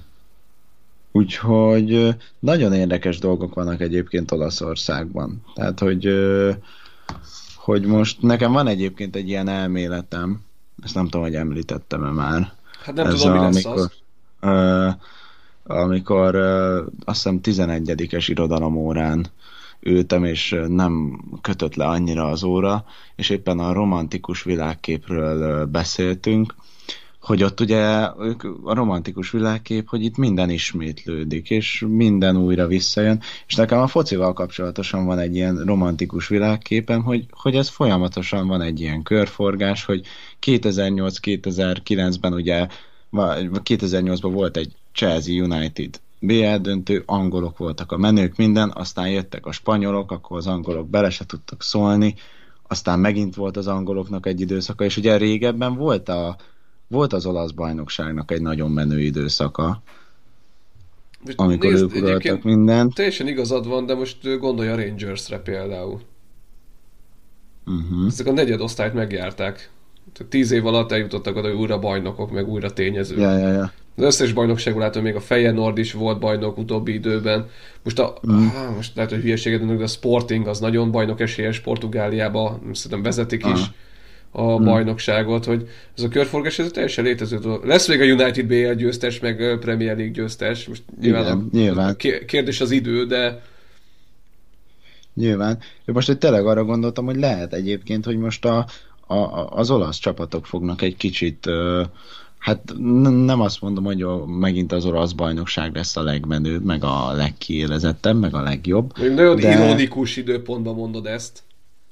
Úgyhogy nagyon érdekes dolgok vannak egyébként Olaszországban. Tehát, hogy... hogy most nekem van egyébként egy ilyen elméletem, ezt nem tudom, hogy említettem-e már. Hát nem ez tudom, mi lesz amikor, az. Uh, amikor uh, azt hiszem tizenegyedikes irodalomórán ültem, és nem kötött le annyira az óra, és éppen a romantikus világképről uh, beszéltünk, hogy ott ugye ők, a romantikus világkép, hogy itt minden ismétlődik, és minden újra visszajön, és nekem a focival kapcsolatosan van egy ilyen romantikus világképem, hogy, hogy ez folyamatosan van egy ilyen körforgás, hogy kétezer-nyolc-kétezer-kilencben ugye, kétezer-nyolcban volt egy Chelsea United bé el döntő, angolok voltak a menők, minden, aztán jöttek a spanyolok, akkor az angolok bele se tudtak szólni, aztán megint volt az angoloknak egy időszaka, és ugye régebben volt a Volt az olasz bajnokságnak egy nagyon menő időszaka, amikor nézd, ők uraltak mindent. Teljesen igazad van, de most gondolj a Rangersre például. Uh-huh. Ezek a negyed osztályt megjárták. Tíz év alatt eljutottak oda, hogy újra bajnokok, meg újra tényezők. Ja, ja, ja. Az összes bajnokságból látom, még a Feyenoord is volt bajnok utóbbi időben. Most a, uh-huh. á, most lehet, hogy hülyeséget mondok, de a Sporting az nagyon bajnok esélyes Portugáliába, szerintem vezetik is. Uh-huh. a hmm. bajnokságot, hogy ez a körforgás, ez teljesen létező dolog. Lesz még a United bé el győztes, meg Premier League győztes. Most nyilván, igen, a, nyilván. A kérdés az idő, de... Nyilván. Én most egy tényleg arra gondoltam, hogy lehet egyébként, hogy most a, a, a- az olasz csapatok fognak egy kicsit, ö, hát n- nem azt mondom, hogy a, megint az olasz bajnokság lesz a legmenőbb, meg a legkiélezettebb, meg a legjobb, Még nagyon de ironikus időpontban mondod ezt.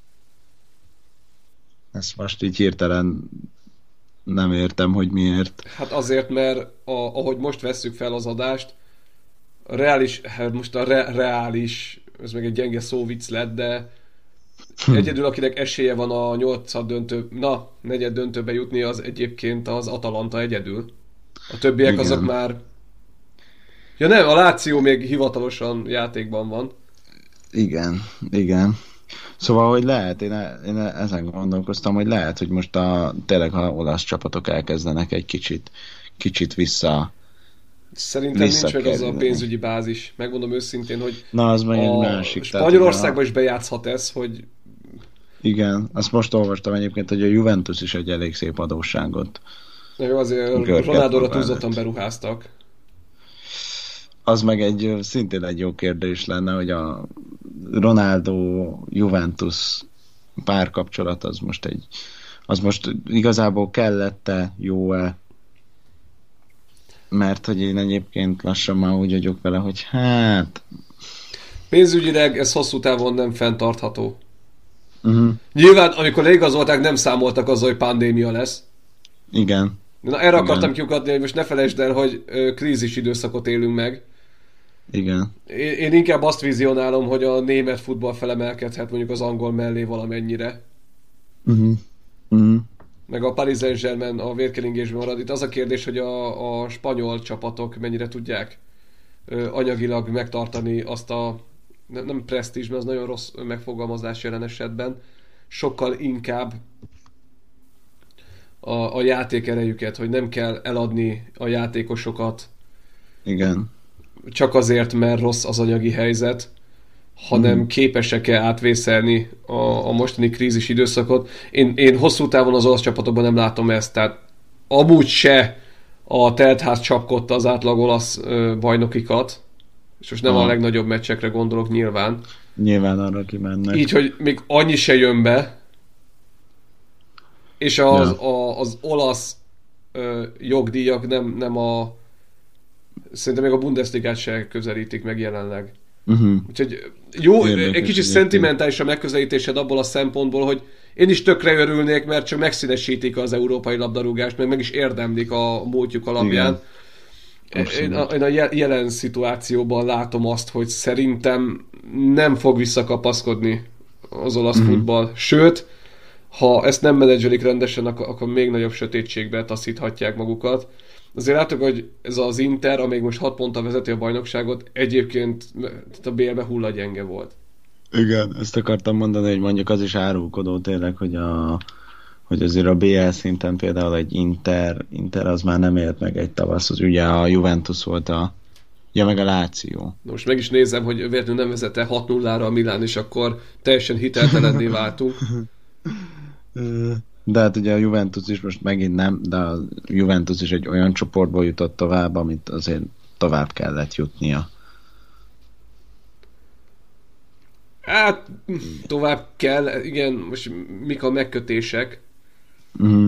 ezt most így hirtelen nem értem, hogy miért. Hát azért, mert a, ahogy most vesszük fel az adást, a reális, hát most a re, reális, ez meg egy gyenge szóvic lett, de egyedül akinek esélye van a nyolcad döntő, na, negyed döntőbe jutni, az egyébként az Atalanta egyedül. A többiek azok Igen, már... Ja nem, a Láció még hivatalosan játékban van. igen, igen. Szóval, hogy lehet, én, e- én e- ezen gondolkoztam, hogy lehet, hogy most a, tényleg a olasz csapatok elkezdenek egy kicsit, kicsit vissza, Szerintem nincs meg az a visszakerülni. pénzügyi bázis. Megmondom őszintén, hogy Na, az meg egy a másik. Tehát, hogy a, Spanyolországban is bejátszhat ez, hogy igen, azt most olvastam egyébként, hogy a Juventus is egy elég szép adósságot na jó, azért görget Ronaldóra maga túlzottan előtt. beruháztak. Az meg egy, ö, szintén egy jó kérdés lenne, hogy a Ronaldo-Juventus párkapcsolat az most egy, az most igazából kellette, jó-e, mert hogy én egyébként lassan már úgy vagyok vele, hogy hát, Pénzügyileg ez hosszú távon nem fenntartható. uh-huh, Nyilván, amikor leigazolták, nem számoltak azzal, hogy pandémia lesz. igen, Na erre akartam igen, kiukadni, hogy most ne felejtsd el, hogy ö, krízis időszakot élünk meg. igen, Én, én inkább azt vizionálom, hogy a német futball felemelkedhet mondjuk az angol mellé valamennyire. uh-huh, uh-huh, Meg a Paris Saint-Germain a vérkeringésben marad. Itt az a kérdés, hogy a, a spanyol csapatok mennyire tudják ö, anyagilag megtartani azt a nem, nem presztízs, mert az nagyon rossz megfogalmazás jelen esetben, sokkal inkább a, a játék erejüket, hogy nem kell eladni a játékosokat igen, csak azért, mert rossz az anyagi helyzet, hanem uh-huh, képesek-e átvészelni a, a mostani krízis időszakot. Én, én hosszú távon az olasz csapatokban nem látom ezt, tehát amúgy se a teltház csapkodta az átlag olasz ö, bajnokikat, és most nem a aha, legnagyobb meccsekre gondolok nyilván. nyilván arra kimennek. Így, hogy még annyi se jön be, és az, Ja, a, az olasz ö, jogdíjak nem, nem a szerintem még a Bundesligát se közelítik meg jelenleg. uh-huh, Úgyhogy jó, egy érdekes kicsit egyébként. szentimentális a megközelítésed abból a szempontból, hogy én is tökre örülnék, mert csak megszínesítik az európai labdarúgást, meg meg is érdemlik a múltjuk alapján. Igen, Én a, abszolút. én a je- jelen szituációban látom azt, hogy szerintem nem fog visszakapaszkodni az olasz Uh-huh. futball. Sőt, ha ezt nem menedzselik rendesen, akkor, akkor még nagyobb sötétségbe taszíthatják magukat. Azért látok, hogy ez az Inter, amíg most hat ponttal vezeti a bajnokságot, egyébként tehát a bélbe hulla gyenge volt. Igen, ezt akartam mondani, hogy mondjuk az is árulkodó tényleg, hogy, a, hogy azért a bé el szinten például egy Inter, Inter az már nem élt meg egy tavasz, az ugye a Juventus volt a, ja meg a Láció. Na most meg is nézem, hogy véletlenül nem vezette hat nullára a Milán, és akkor teljesen hiteltelenné váltunk. Ö, De hát ugye a Juventus is most megint nem, de a Juventus is egy olyan csoportból jutott tovább, amit azért tovább kellett jutnia. Hát tovább kell, igen, most mik a megkötések, Uh-huh.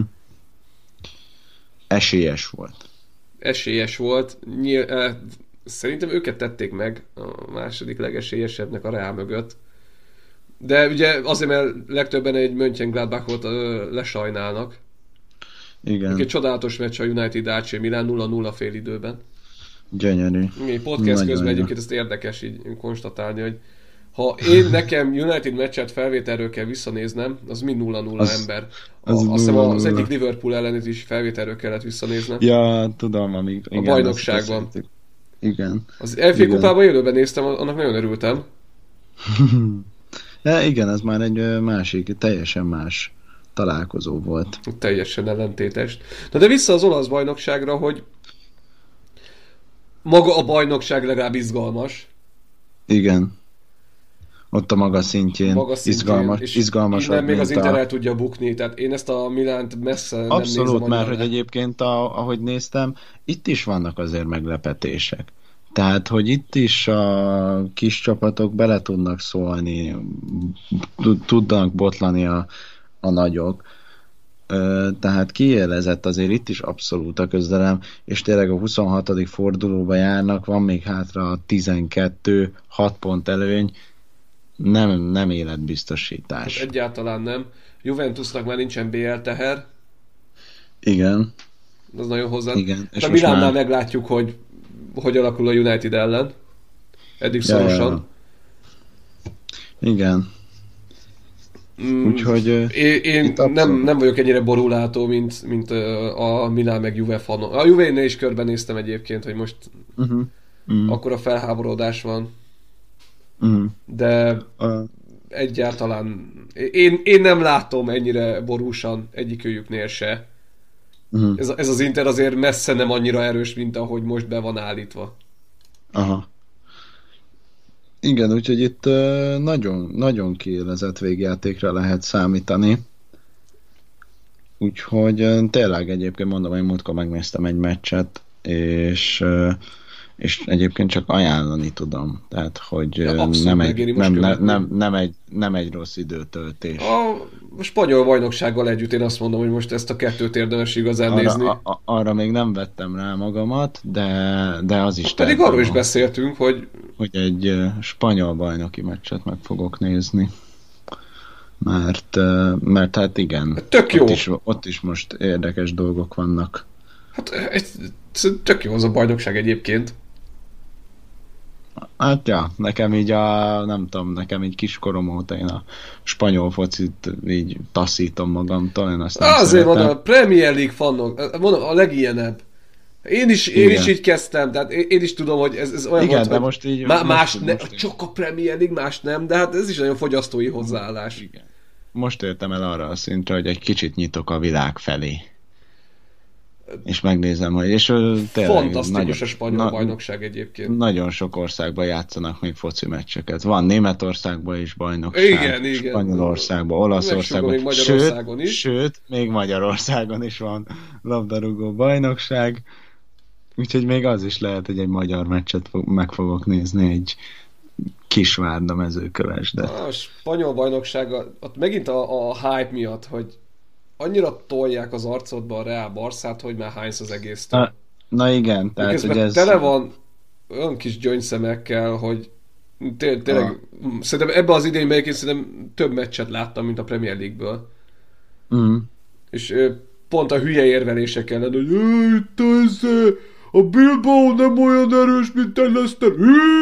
Esélyes volt. esélyes volt. Nyil, eh, szerintem őket tették meg a második legesélyesebbnek a Real mögött. De ugye azért, mert legtöbben egy Mönchengladbachot ö, lesajnálnak. Egy Igen, csodálatos meccs a United á cé Milán nulla nulla fél időben. gyönyörű. Igen, podcast Nagyon közben jó. egyébként ezt érdekes így konstatálni, hogy ha én nekem United meccset felvételről kell visszanéznem, az mind nulla nulla Az, ember. A, az azt hiszem az nulla nulla. egyik Liverpool ellenét is felvételről kellett visszanéznem. Ja, tudom, amíg, A igen, azt bajnokságban. beszéltük. Igen, Az ef á igen. kupában élőben néztem, annak nagyon örültem. Ja, igen, ez már egy ö, másik, teljesen más találkozó volt. Teljesen ellentétes. Na de vissza az olasz bajnokságra, hogy maga a bajnokság legalább izgalmas. Igen. Ott a maga szintjén, Maga szintjén, izgalmas, és izgalmasabb, innen még az mint Inter a... el tudja bukni, tehát én ezt a Milánt messze nem nézem Abszolút, mert annyira hogy le. egyébként, a, ahogy néztem, itt is vannak azért meglepetések. Tehát, hogy itt is a kis csapatok bele tudnak szólni, tudnak botlani a, a nagyok. Tehát kiélezett azért itt is abszolút a küzdelem, és tényleg a huszonhatodik fordulóba járnak, van még hátra tizenkettő, hat pont előny, nem, nem életbiztosítás. Hát egyáltalán nem. Juventusnak már nincsen bé el teher. Igen. Az nagyon hozzá. Igen. És a Milánnál már... meglátjuk, hogy hogy alakul a United ellen. Eddig szorosan. Ja, ja. Igen. Mm, Úgyhogy én, én nem, nem vagyok ennyire borulátó, mint, mint a Milán meg Juve fanok. A Juve-nél is körbenéztem egyébként, hogy most uh-huh. uh-huh. akkora felháborodás van. Uh-huh. De uh. egyáltalán én, én nem látom ennyire borúsan egyikőjüknél se. Uh-huh. Ez, ez az Inter azért messze nem annyira erős, mint ahogy most be van állítva. Aha. Igen, úgyhogy itt uh, nagyon, nagyon kiélezett végjátékra lehet számítani. Úgyhogy uh, tényleg egyébként mondom, hogy múltkor megnéztem egy meccset, és, uh, és egyébként csak ajánlani tudom. Tehát, hogy uh, ja, nem, egy, nem, nem, nem, nem, egy, nem egy rossz időtöltés. A spanyol bajnoksággal együtt én azt mondom, hogy most ezt a kettőt érdemes igazán arra, nézni. A, a, arra még nem vettem rá magamat, de, de az is... Pedig arról is beszéltünk, hogy... hogy egy uh, spanyol bajnoki meccset meg fogok nézni. Mert, uh, mert hát igen, tök jó. Ott, is, ott is most érdekes dolgok vannak. Hát ez, ez tök jó az a bajnokság egyébként. Hát ja, nekem így a, nem tudom, nekem így kiskorom óta én a spanyol focit így taszítom magamtól, én azt nem Azért mondom, a Premier League fanok, mondom, a legilyenebb. Én is, én is így kezdtem, tehát én, én is tudom, hogy ez, ez olyan igen, volt, de hogy most így, má, más most, ne, most csak a Premier League, más nem, de hát ez is nagyon fogyasztói hozzáállás. Igen. Most értem el arra a szintre, hogy egy kicsit nyitok a világ felé. És megnézem, hogy... És tényleg fantasztikus nagyon, a spanyol na, bajnokság egyébként. Nagyon sok országban játszanak még foci meccseket. Van Németországban is bajnokság, igen, igen. Spanyolországban, Olaszországban, még Magyarországon sőt, is. Sőt, még Magyarországon is van labdarúgó bajnokság. Úgyhogy még az is lehet, hogy egy magyar meccset fog, meg fogok nézni, egy Kisvárda Mezőkövesdet. A spanyol bajnokság, ott megint a, a hype miatt, hogy annyira tolják az arcodba a Real Barszát, hogy már hánysz az egésztől. Na, na igen, tehát hogy ez... tele van olyan kis gyöngyszemekkel, hogy té- tényleg, ah. szerintem ebben az idényben egyébként szerintem több meccset láttam, mint a Premier League-ből. Mm. És pont a hülye érvelések ellen, hogy itt ez, a Bilbao nem olyan erős, mint a Leicester.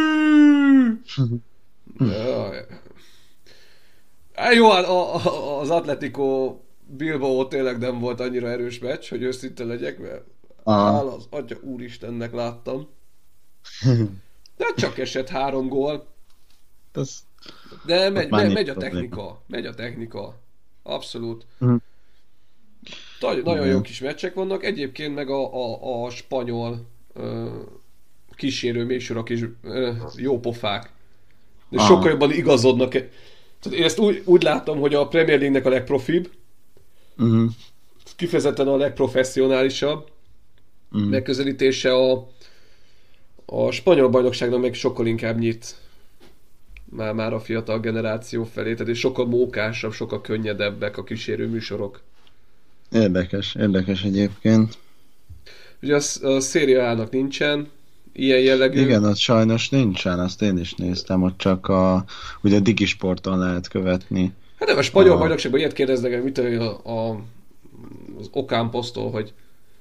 Jó, hát a, a, az Atletico Bilbao tényleg nem volt annyira erős meccs, hogy őszinte legyek, mert hála az atya úristennek láttam. De csak esett három gól. Az, de megy, megy, megy a technika. Megy a technika. Abszolút. Uh-huh. Nagyon uh-huh. jó kis meccsek vannak. Egyébként meg a, a, a spanyol uh, kísérő műsorok is uh, jó pofák. De uh-huh. sokkal jobban igazodnak. Tehát én ezt úgy, úgy látom, hogy a Premier League-nek a legprofibb, uh-huh. kifejezetten a legprofesszionálisabb uh-huh. megközelítése, a, a spanyol bajnokságnak meg sokkal inkább nyit már, már a fiatal generáció felé, tehát és sokkal mókásabb, sokkal könnyedebbek a kísérő műsorok. Érdekes, érdekes egyébként. Ugye a, a Serie A-nak nincsen ilyen jellegű. Igen, az sajnos nincsen, azt én is néztem, ott csak a, ugye a Digi Sporton lehet követni. Hát nem, a spanyol a... bajnokságban ilyet kérdeznek, mit a, a, az Ocamposztól, hogy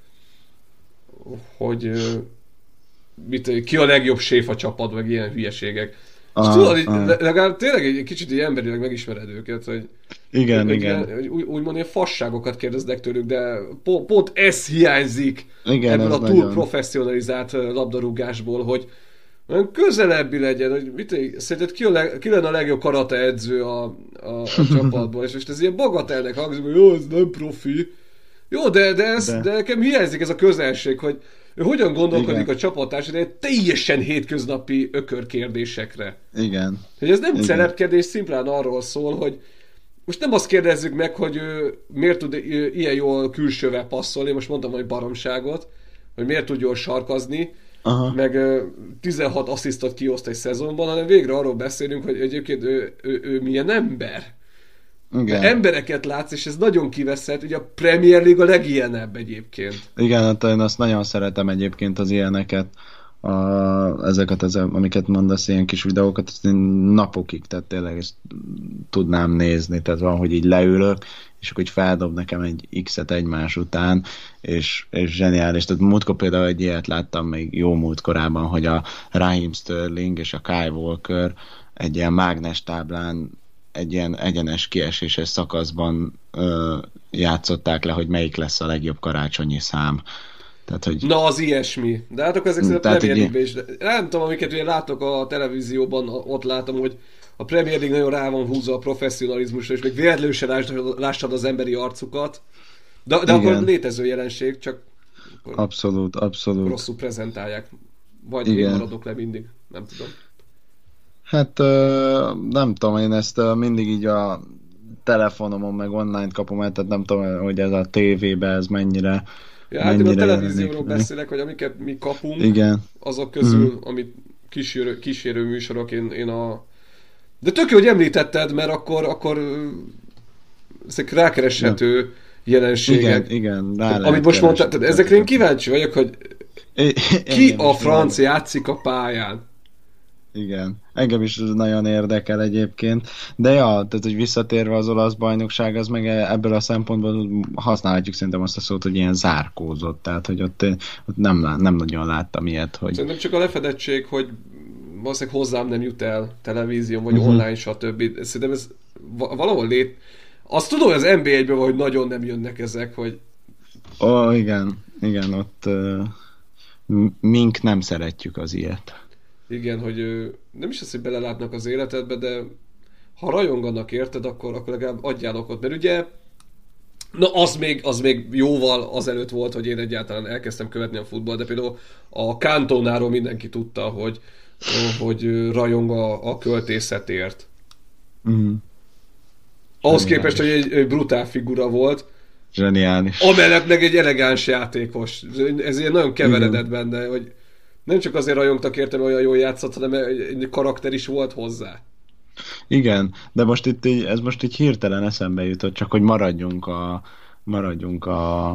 hogy mit, ki a legjobb séf a csapat, meg ilyen hülyeségek. És ah, tudod, ah. legalább tényleg egy kicsit így emberileg megismered őket, hogy igen, hogy igen. Ilyen, úgy, úgymond ilyen fasságokat kérdeznek tőlük, de pont, pont ez hiányzik igen, ebből a túl nagyon professzionalizált labdarúgásból, hogy olyan közelebbi legyen, hogy mit, szerinted ki, a leg, ki lenne a legjobb karate edző a, a, a csapatból, és most ez ilyen bagatelnek hangzik, hogy jó, ez nem profi. Jó, de, de, ez, de. de nekem hiányzik ez a közelség, hogy ő hogyan gondolkodik igen. a csapattárs, de teljesen hétköznapi ökörkérdésekre. Igen. Hogy ez nem igen. celebkedés, szimplán arról szól, hogy most nem azt kérdezzük meg, hogy ő miért tud ilyen jól külsővel passzolni, most mondtam, hogy baromságot, hogy miért tud jól sarkazni, Aha. meg ö, tizenhat asszisztot kioszt egy szezonban, hanem végre arról beszélünk, hogy egyébként ő, ő, ő milyen ember. Mert Igen. embereket látsz, és ez nagyon kiveszett, ugye a Premier League a legilyenebb egyébként. Igen, hát én azt nagyon szeretem egyébként az ilyeneket, a, ezeket, az, amiket mondasz, ilyen kis videókat, ezt én napokig, tehát tényleg ezt tudnám nézni, tehát van, hogy így leülök, és akkor így feldob nekem egy X-et egymás után, és, és zseniális. Tehát múltkor például egy ilyet láttam még jó múltkorában, hogy a Raheem Sterling és a Kyle Walker egy ilyen mágnes táblán egy ilyen egyenes kieséses szakaszban ö, játszották le, hogy melyik lesz a legjobb karácsonyi szám. Tehát, hogy... Na, az ilyesmi. De hát akkor ezek szerint a Tehát Premier így- League-ben is. Nem tudom, amiket ugye látok a televízióban, ott látom, hogy a Premier League nagyon rá van húzva a professzionalizmusra, és még véletlenül se lássad, lássad az emberi arcukat. De, de akkor Igen. létező jelenség, csak akkor Abszolút, abszolút. rosszul prezentálják. Vagy Igen. én maradok le mindig. Nem tudom. Hát ö, nem tudom, én ezt ö, mindig így a telefonomon meg online kapom el, tehát nem tudom, hogy ez a tévébe ez mennyire Ja, hát én a mennyire televízióról jelenik meg. beszélek, hogy amiket mi kapunk, Igen. azok közül, amit kísérő, kísérő műsorok, én, én a... De tök jó, hogy említetted, mert akkor, akkor ö, ezek rákereshető jelenségek. Igen, igen, rá Tehát, lehet amit most mondtál, keresni. tehát ezekre én kíváncsi vagyok, hogy É- ki engem a is franc játszik a pályán. Igen, engem is nagyon érdekel egyébként, de ja, tehát hogy visszatérve az olasz bajnokság, az meg ebből a szempontból használhatjuk szerintem azt a szót, hogy ilyen zárkózott, tehát hogy ott, ott nem, lá- nem nagyon láttam ilyet, hogy... Szerintem csak a lefedettség, hogy valószínűleg hozzám nem jut el televízión, vagy Mhm. online, stb. Szerintem ez va- valahol lét... Azt tudom, hogy az en bé egyben hogy nagyon nem jönnek ezek, hogy Ó, igen, igen, ott uh, mink nem szeretjük az ilyet. igen, hogy ö, nem is az, hogy belelátnak az életedbe, de ha rajonganak érted, akkor, akkor legalább adjál okot. Mert ugye, na az még, az még jóval azelőtt volt, hogy én egyáltalán elkezdtem követni a futballt, de például a Cantonáról mindenki tudta, hogy, hogy ö, rajong a, a költészetért. Mm. Ahhoz Zseniális. képest, hogy egy, egy brutál figura volt, Zseniális. amellett meg egy elegáns játékos. Ez ilyen nagyon keveredett benne, hogy nem csak azért rajongtak érte, mert olyan jól játszott, hanem egy, egy karakter is volt hozzá. Igen, de most itt így, ez most így hirtelen eszembe jutott, csak hogy maradjunk a maradjunk a,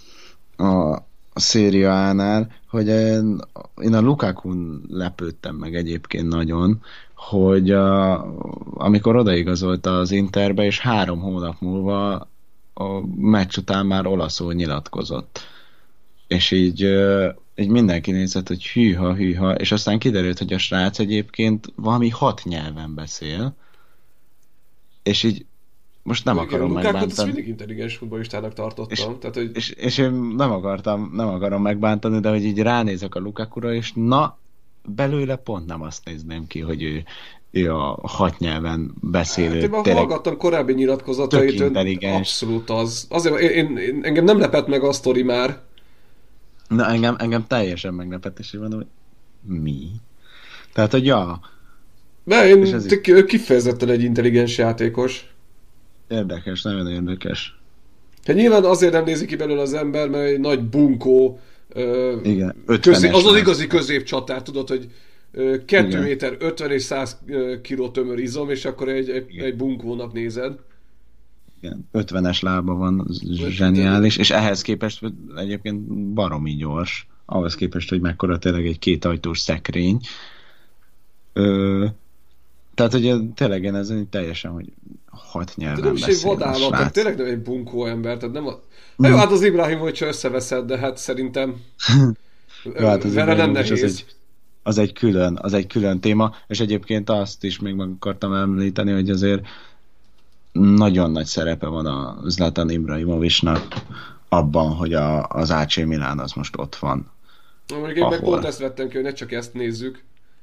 a, a Serie A-nál, hogy én, én a Lukakun lepődtem meg egyébként nagyon, hogy a, amikor odaigazolta az Interbe, és három hónap múlva a meccs után már olaszul nyilatkozott. És így, ö, így mindenki nézett, hogy hűha, hűha, és aztán kiderült, hogy a srác egyébként valami hat nyelven beszél, és így most nem akarom Lukákot ezt megbántani. mindig intelligens futballistának tartottam. Tehát, hogy És, és én nem akartam, nem akarom megbántani, de hogy így ránézek a Lukakura, és na, belőle pont nem azt nézném ki, hogy ő, ő a hat nyelven beszélő. hát én már tényleg hallgattam korábbi nyilatkozatait, tök ön intelligens. abszolút az. Azért én, én, én, engem nem lepett meg a sztori már. Na, engem, engem teljesen meglepetés, hogy mondom, hogy mi? Tehát, hogy ja, De És én ez tök- ő kifejezetten egy intelligens játékos. érdekes, nagyon érdekes. Hát nyilván azért nem nézi ki belőle az ember, mert egy nagy bunkó, ö, Igen, közé, ötvenes az az lesz. igazi középcsatár, tudod, hogy ö, kettő Igen. méter ötven és száz kiló tömör izom, és akkor egy, egy, egy bunkónak nézed. Igen, ötvenes lába van, az zseniális, és ehhez képest egyébként baromi gyors, ahhoz képest, hogy mekkora tényleg egy kétajtós szekrény. Ö, tehát, hogy tényleg én ezen teljesen, hogy hat De nyelven nem is egy beszél a vadállat, tehát srác. tényleg nem egy bunkó ember, tehát nem a... Na jó, hát az Ibrahimovic összeveszed, de hát szerintem Jó, hát az vele nem Ibrahimovic az nehéz. egy, az egy külön, az egy külön téma, és egyébként azt is még meg akartam említeni, hogy azért nagyon nagy szerepe van a Zlatan Ibrahimovicnak abban, hogy a, az á cé Milán az most ott van. Na, mondjuk én meg Ahol? pont ezt vettem ki, hogy ne csak ezt nézzük.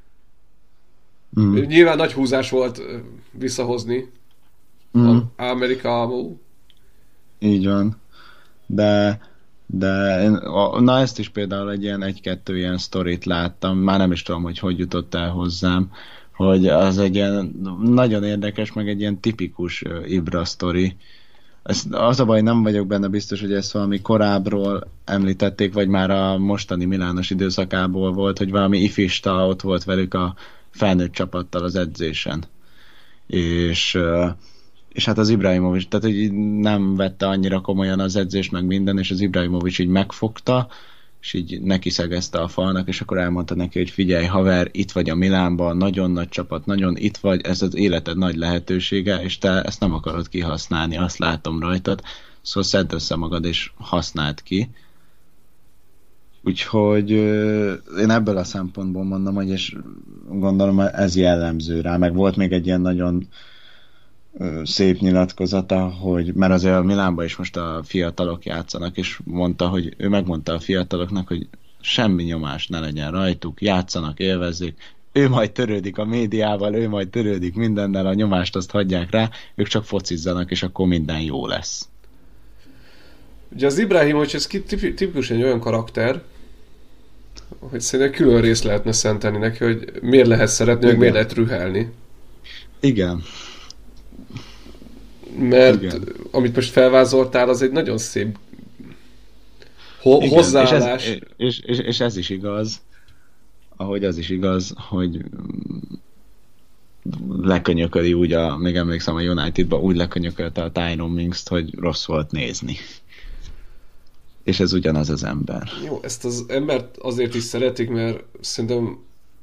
Mm. Nyilván nagy húzás volt ö, visszahozni Mm. a Amerikából. Így van. De, de én, a, na ezt is például egy ilyen egy-kettő ilyen sztorit láttam, már nem is tudom, hogy hogy jutott el hozzám, hogy az egy ilyen nagyon érdekes, meg egy ilyen tipikus uh, Ibra sztori, Ez, az a baj, nem vagyok benne biztos, hogy ezt valami korábbról említették, vagy már a mostani Milános időszakából volt, hogy valami ifista ott volt velük a felnőtt csapattal az edzésen. És, és hát az Ibrahimovic, tehát hogy nem vette annyira komolyan az edzést, meg minden, és az Ibrahimovic így megfogta, és így neki szegezte a falnak, és akkor elmondta neki, hogy figyelj haver, itt vagy a Milánban, nagyon nagy csapat, nagyon itt vagy, ez az életed nagy lehetősége, és te ezt nem akarod kihasználni, azt látom rajtad, szóval szedd össze magad, és használd ki. Úgyhogy én ebből a szempontból mondom, hogy és gondolom ez jellemző rá, meg volt még egy ilyen nagyon szép nyilatkozata, hogy, mert azért a Milánban is most a fiatalok játszanak, és mondta, hogy ő megmondta a fiataloknak, hogy semmi nyomás ne legyen rajtuk, játszanak, élvezzék, ő majd törődik a médiával, ő majd törődik mindennel, a nyomást azt hagyják rá, ők csak focizzanak, és akkor minden jó lesz. Ugye az Ibrahimovic, ez tipikusan egy olyan karakter, hogy szerintem külön részt lehetne szentelni neki, hogy miért lehet szeretni, meg miért lehet rühelni. Igen. Mert Igen. amit most felvázoltál, az egy nagyon szép ho- Igen, hozzáállás. És ez, és, és, és ez is igaz, ahogy az is igaz, hogy lekönyököli úgy, a, még emlékszem a Unitedban, úgy lekönyökölte a Tyrone Mings-t, hogy rossz volt nézni. És ez ugyanaz az ember. Jó, ezt az embert azért is szeretik, mert szerintem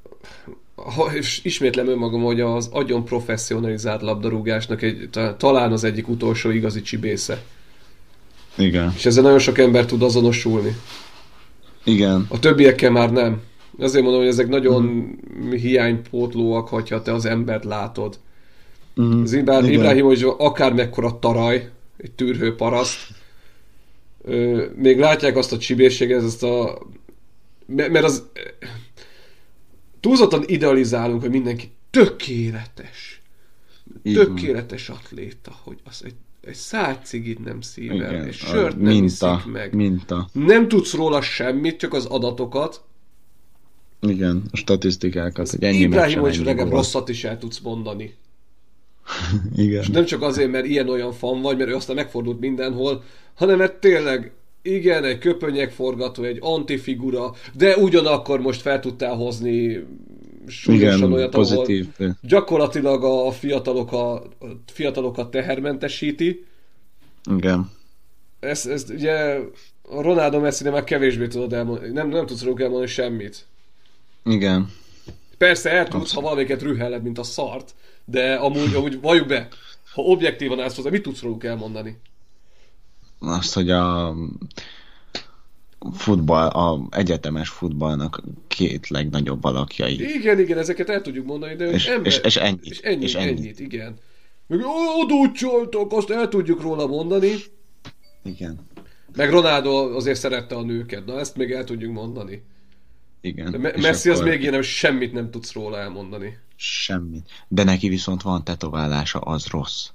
ha, és ismétlem önmagam, hogy az agyon professzionalizált labdarúgásnak egy, talán az egyik utolsó igazi csibésze. Igen. És ezzel nagyon sok ember tud azonosulni. Igen. A többiekkel már nem. Azért mondom, hogy ezek nagyon mm. hiánypótlóak, hogyha te az embert látod. Mm. Az Ibrahimovic akár mekkora taraj, egy tűrhő paraszt, még látják azt a csibészséget, ezt a... mert az... túlzottan idealizálunk, hogy mindenki tökéletes. Így tökéletes van. Atléta, hogy az egy, egy szád cigit nem szível, egy sört nem minta, iszik meg. Minta. Nem tudsz róla semmit, csak az adatokat. Igen, a statisztikákat, hogy ennyi Ibrahimovic legalább rosszat is el tudsz mondani. Igen. És nem csak azért, mert ilyen-olyan fan vagy, mert ő aztán megfordult mindenhol, hanem mert tényleg, igen, egy köpönyegforgató, egy antifigura, de ugyanakkor most fel tudtál hozni súlyosan igen, olyat, pozitív. Ahol gyakorlatilag a fiatalok a, a fiatalokat tehermentesíti. Igen. Ezt, ezt ugye a Ronaldo Messi már kevésbé tudod elmondani, nem, nem tudsz róluk elmondani semmit. Igen. Persze el tudsz, ha valamiket rühelled, mint a szart, de amúgy, amúgy valljuk be, ha objektívan állsz hozzá, mit tudsz róluk elmondani? Azt, hogy a futball, a egyetemes futballnak két legnagyobb alakjai. Igen, igen, ezeket el tudjuk mondani, de és, ember... és, és ennyit. És ennyit, és ennyit. ennyit, igen. Meg adót csaltak, azt el tudjuk róla mondani. Igen. Meg Ronaldo azért szerette a nőket, na ezt még el tudjuk mondani. Igen. De Me- Messi akkor... az még ilyen, semmit nem tudsz róla elmondani. Semmit. De neki viszont van tetoválása, az rossz.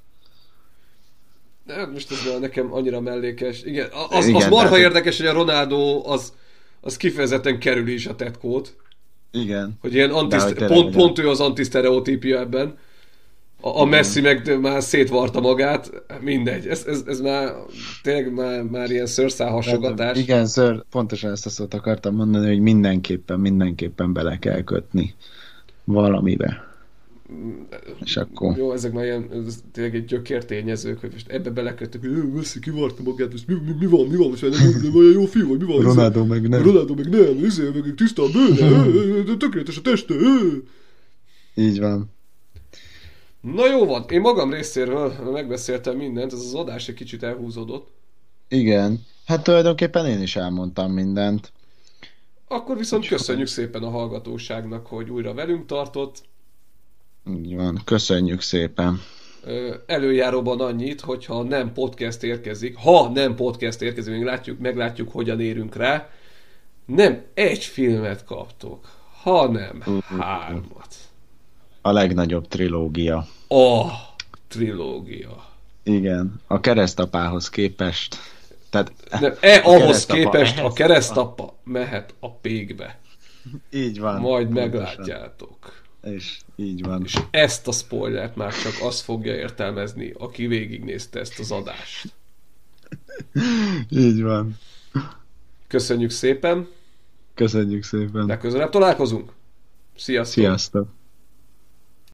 De hát most ez nekem annyira mellékes. Igen, az, Igen, az marha tehát... érdekes, hogy a Ronaldo az, az kifejezetten kerüli is a tetkót. Igen. Hogy ilyen antiszt... pont, pont ő az antisztereotípia ebben. A, a Messi meg már szétvarta magát. Mindegy. Ez, ez, ez már tényleg már, már ilyen szőrszálhasogatás. Igen, ször, pontosan ezt a szót akartam mondani, hogy mindenképpen, mindenképpen bele kell kötni valamibe. És akkor... Jó, ezek már ilyen, ez tényleg egy gyökértényezők, hogy most ebbe beleköttek, hogy Messi kivarta magát, most mi, mi, mi van, mi van, most nem, nem olyan jó fiú, vagy mi van? Ronaldo meg nem. Ronaldo meg nem, ezért meg tiszta a bőle, tökéletes a teste. Így van. Na jó van, én magam részéről megbeszéltem mindent, ez az adás egy kicsit elhúzódott. Igen, hát tulajdonképpen én is elmondtam mindent. Akkor viszont Úgy köszönjük van. szépen a hallgatóságnak, hogy újra velünk tartott. Így van, köszönjük szépen. Előjáróban annyit, hogyha nem podcast érkezik, ha nem podcast érkezik, még látjuk, meglátjuk, hogyan érünk rá, nem egy filmet kaptok, hanem uh, hármat. A legnagyobb trilógia. A trilógia. Igen, a keresztapához képest. Tehát nem, e ahhoz képest a keresztapa mehet a pékbe. Így van. Majd meglátjátok. És így van. És ezt a spoilert már csak az fogja értelmezni, aki végignézte ezt az adást. Így van. Köszönjük szépen. Köszönjük szépen. Legközelebb találkozunk. Sziasztok. Sziasztok.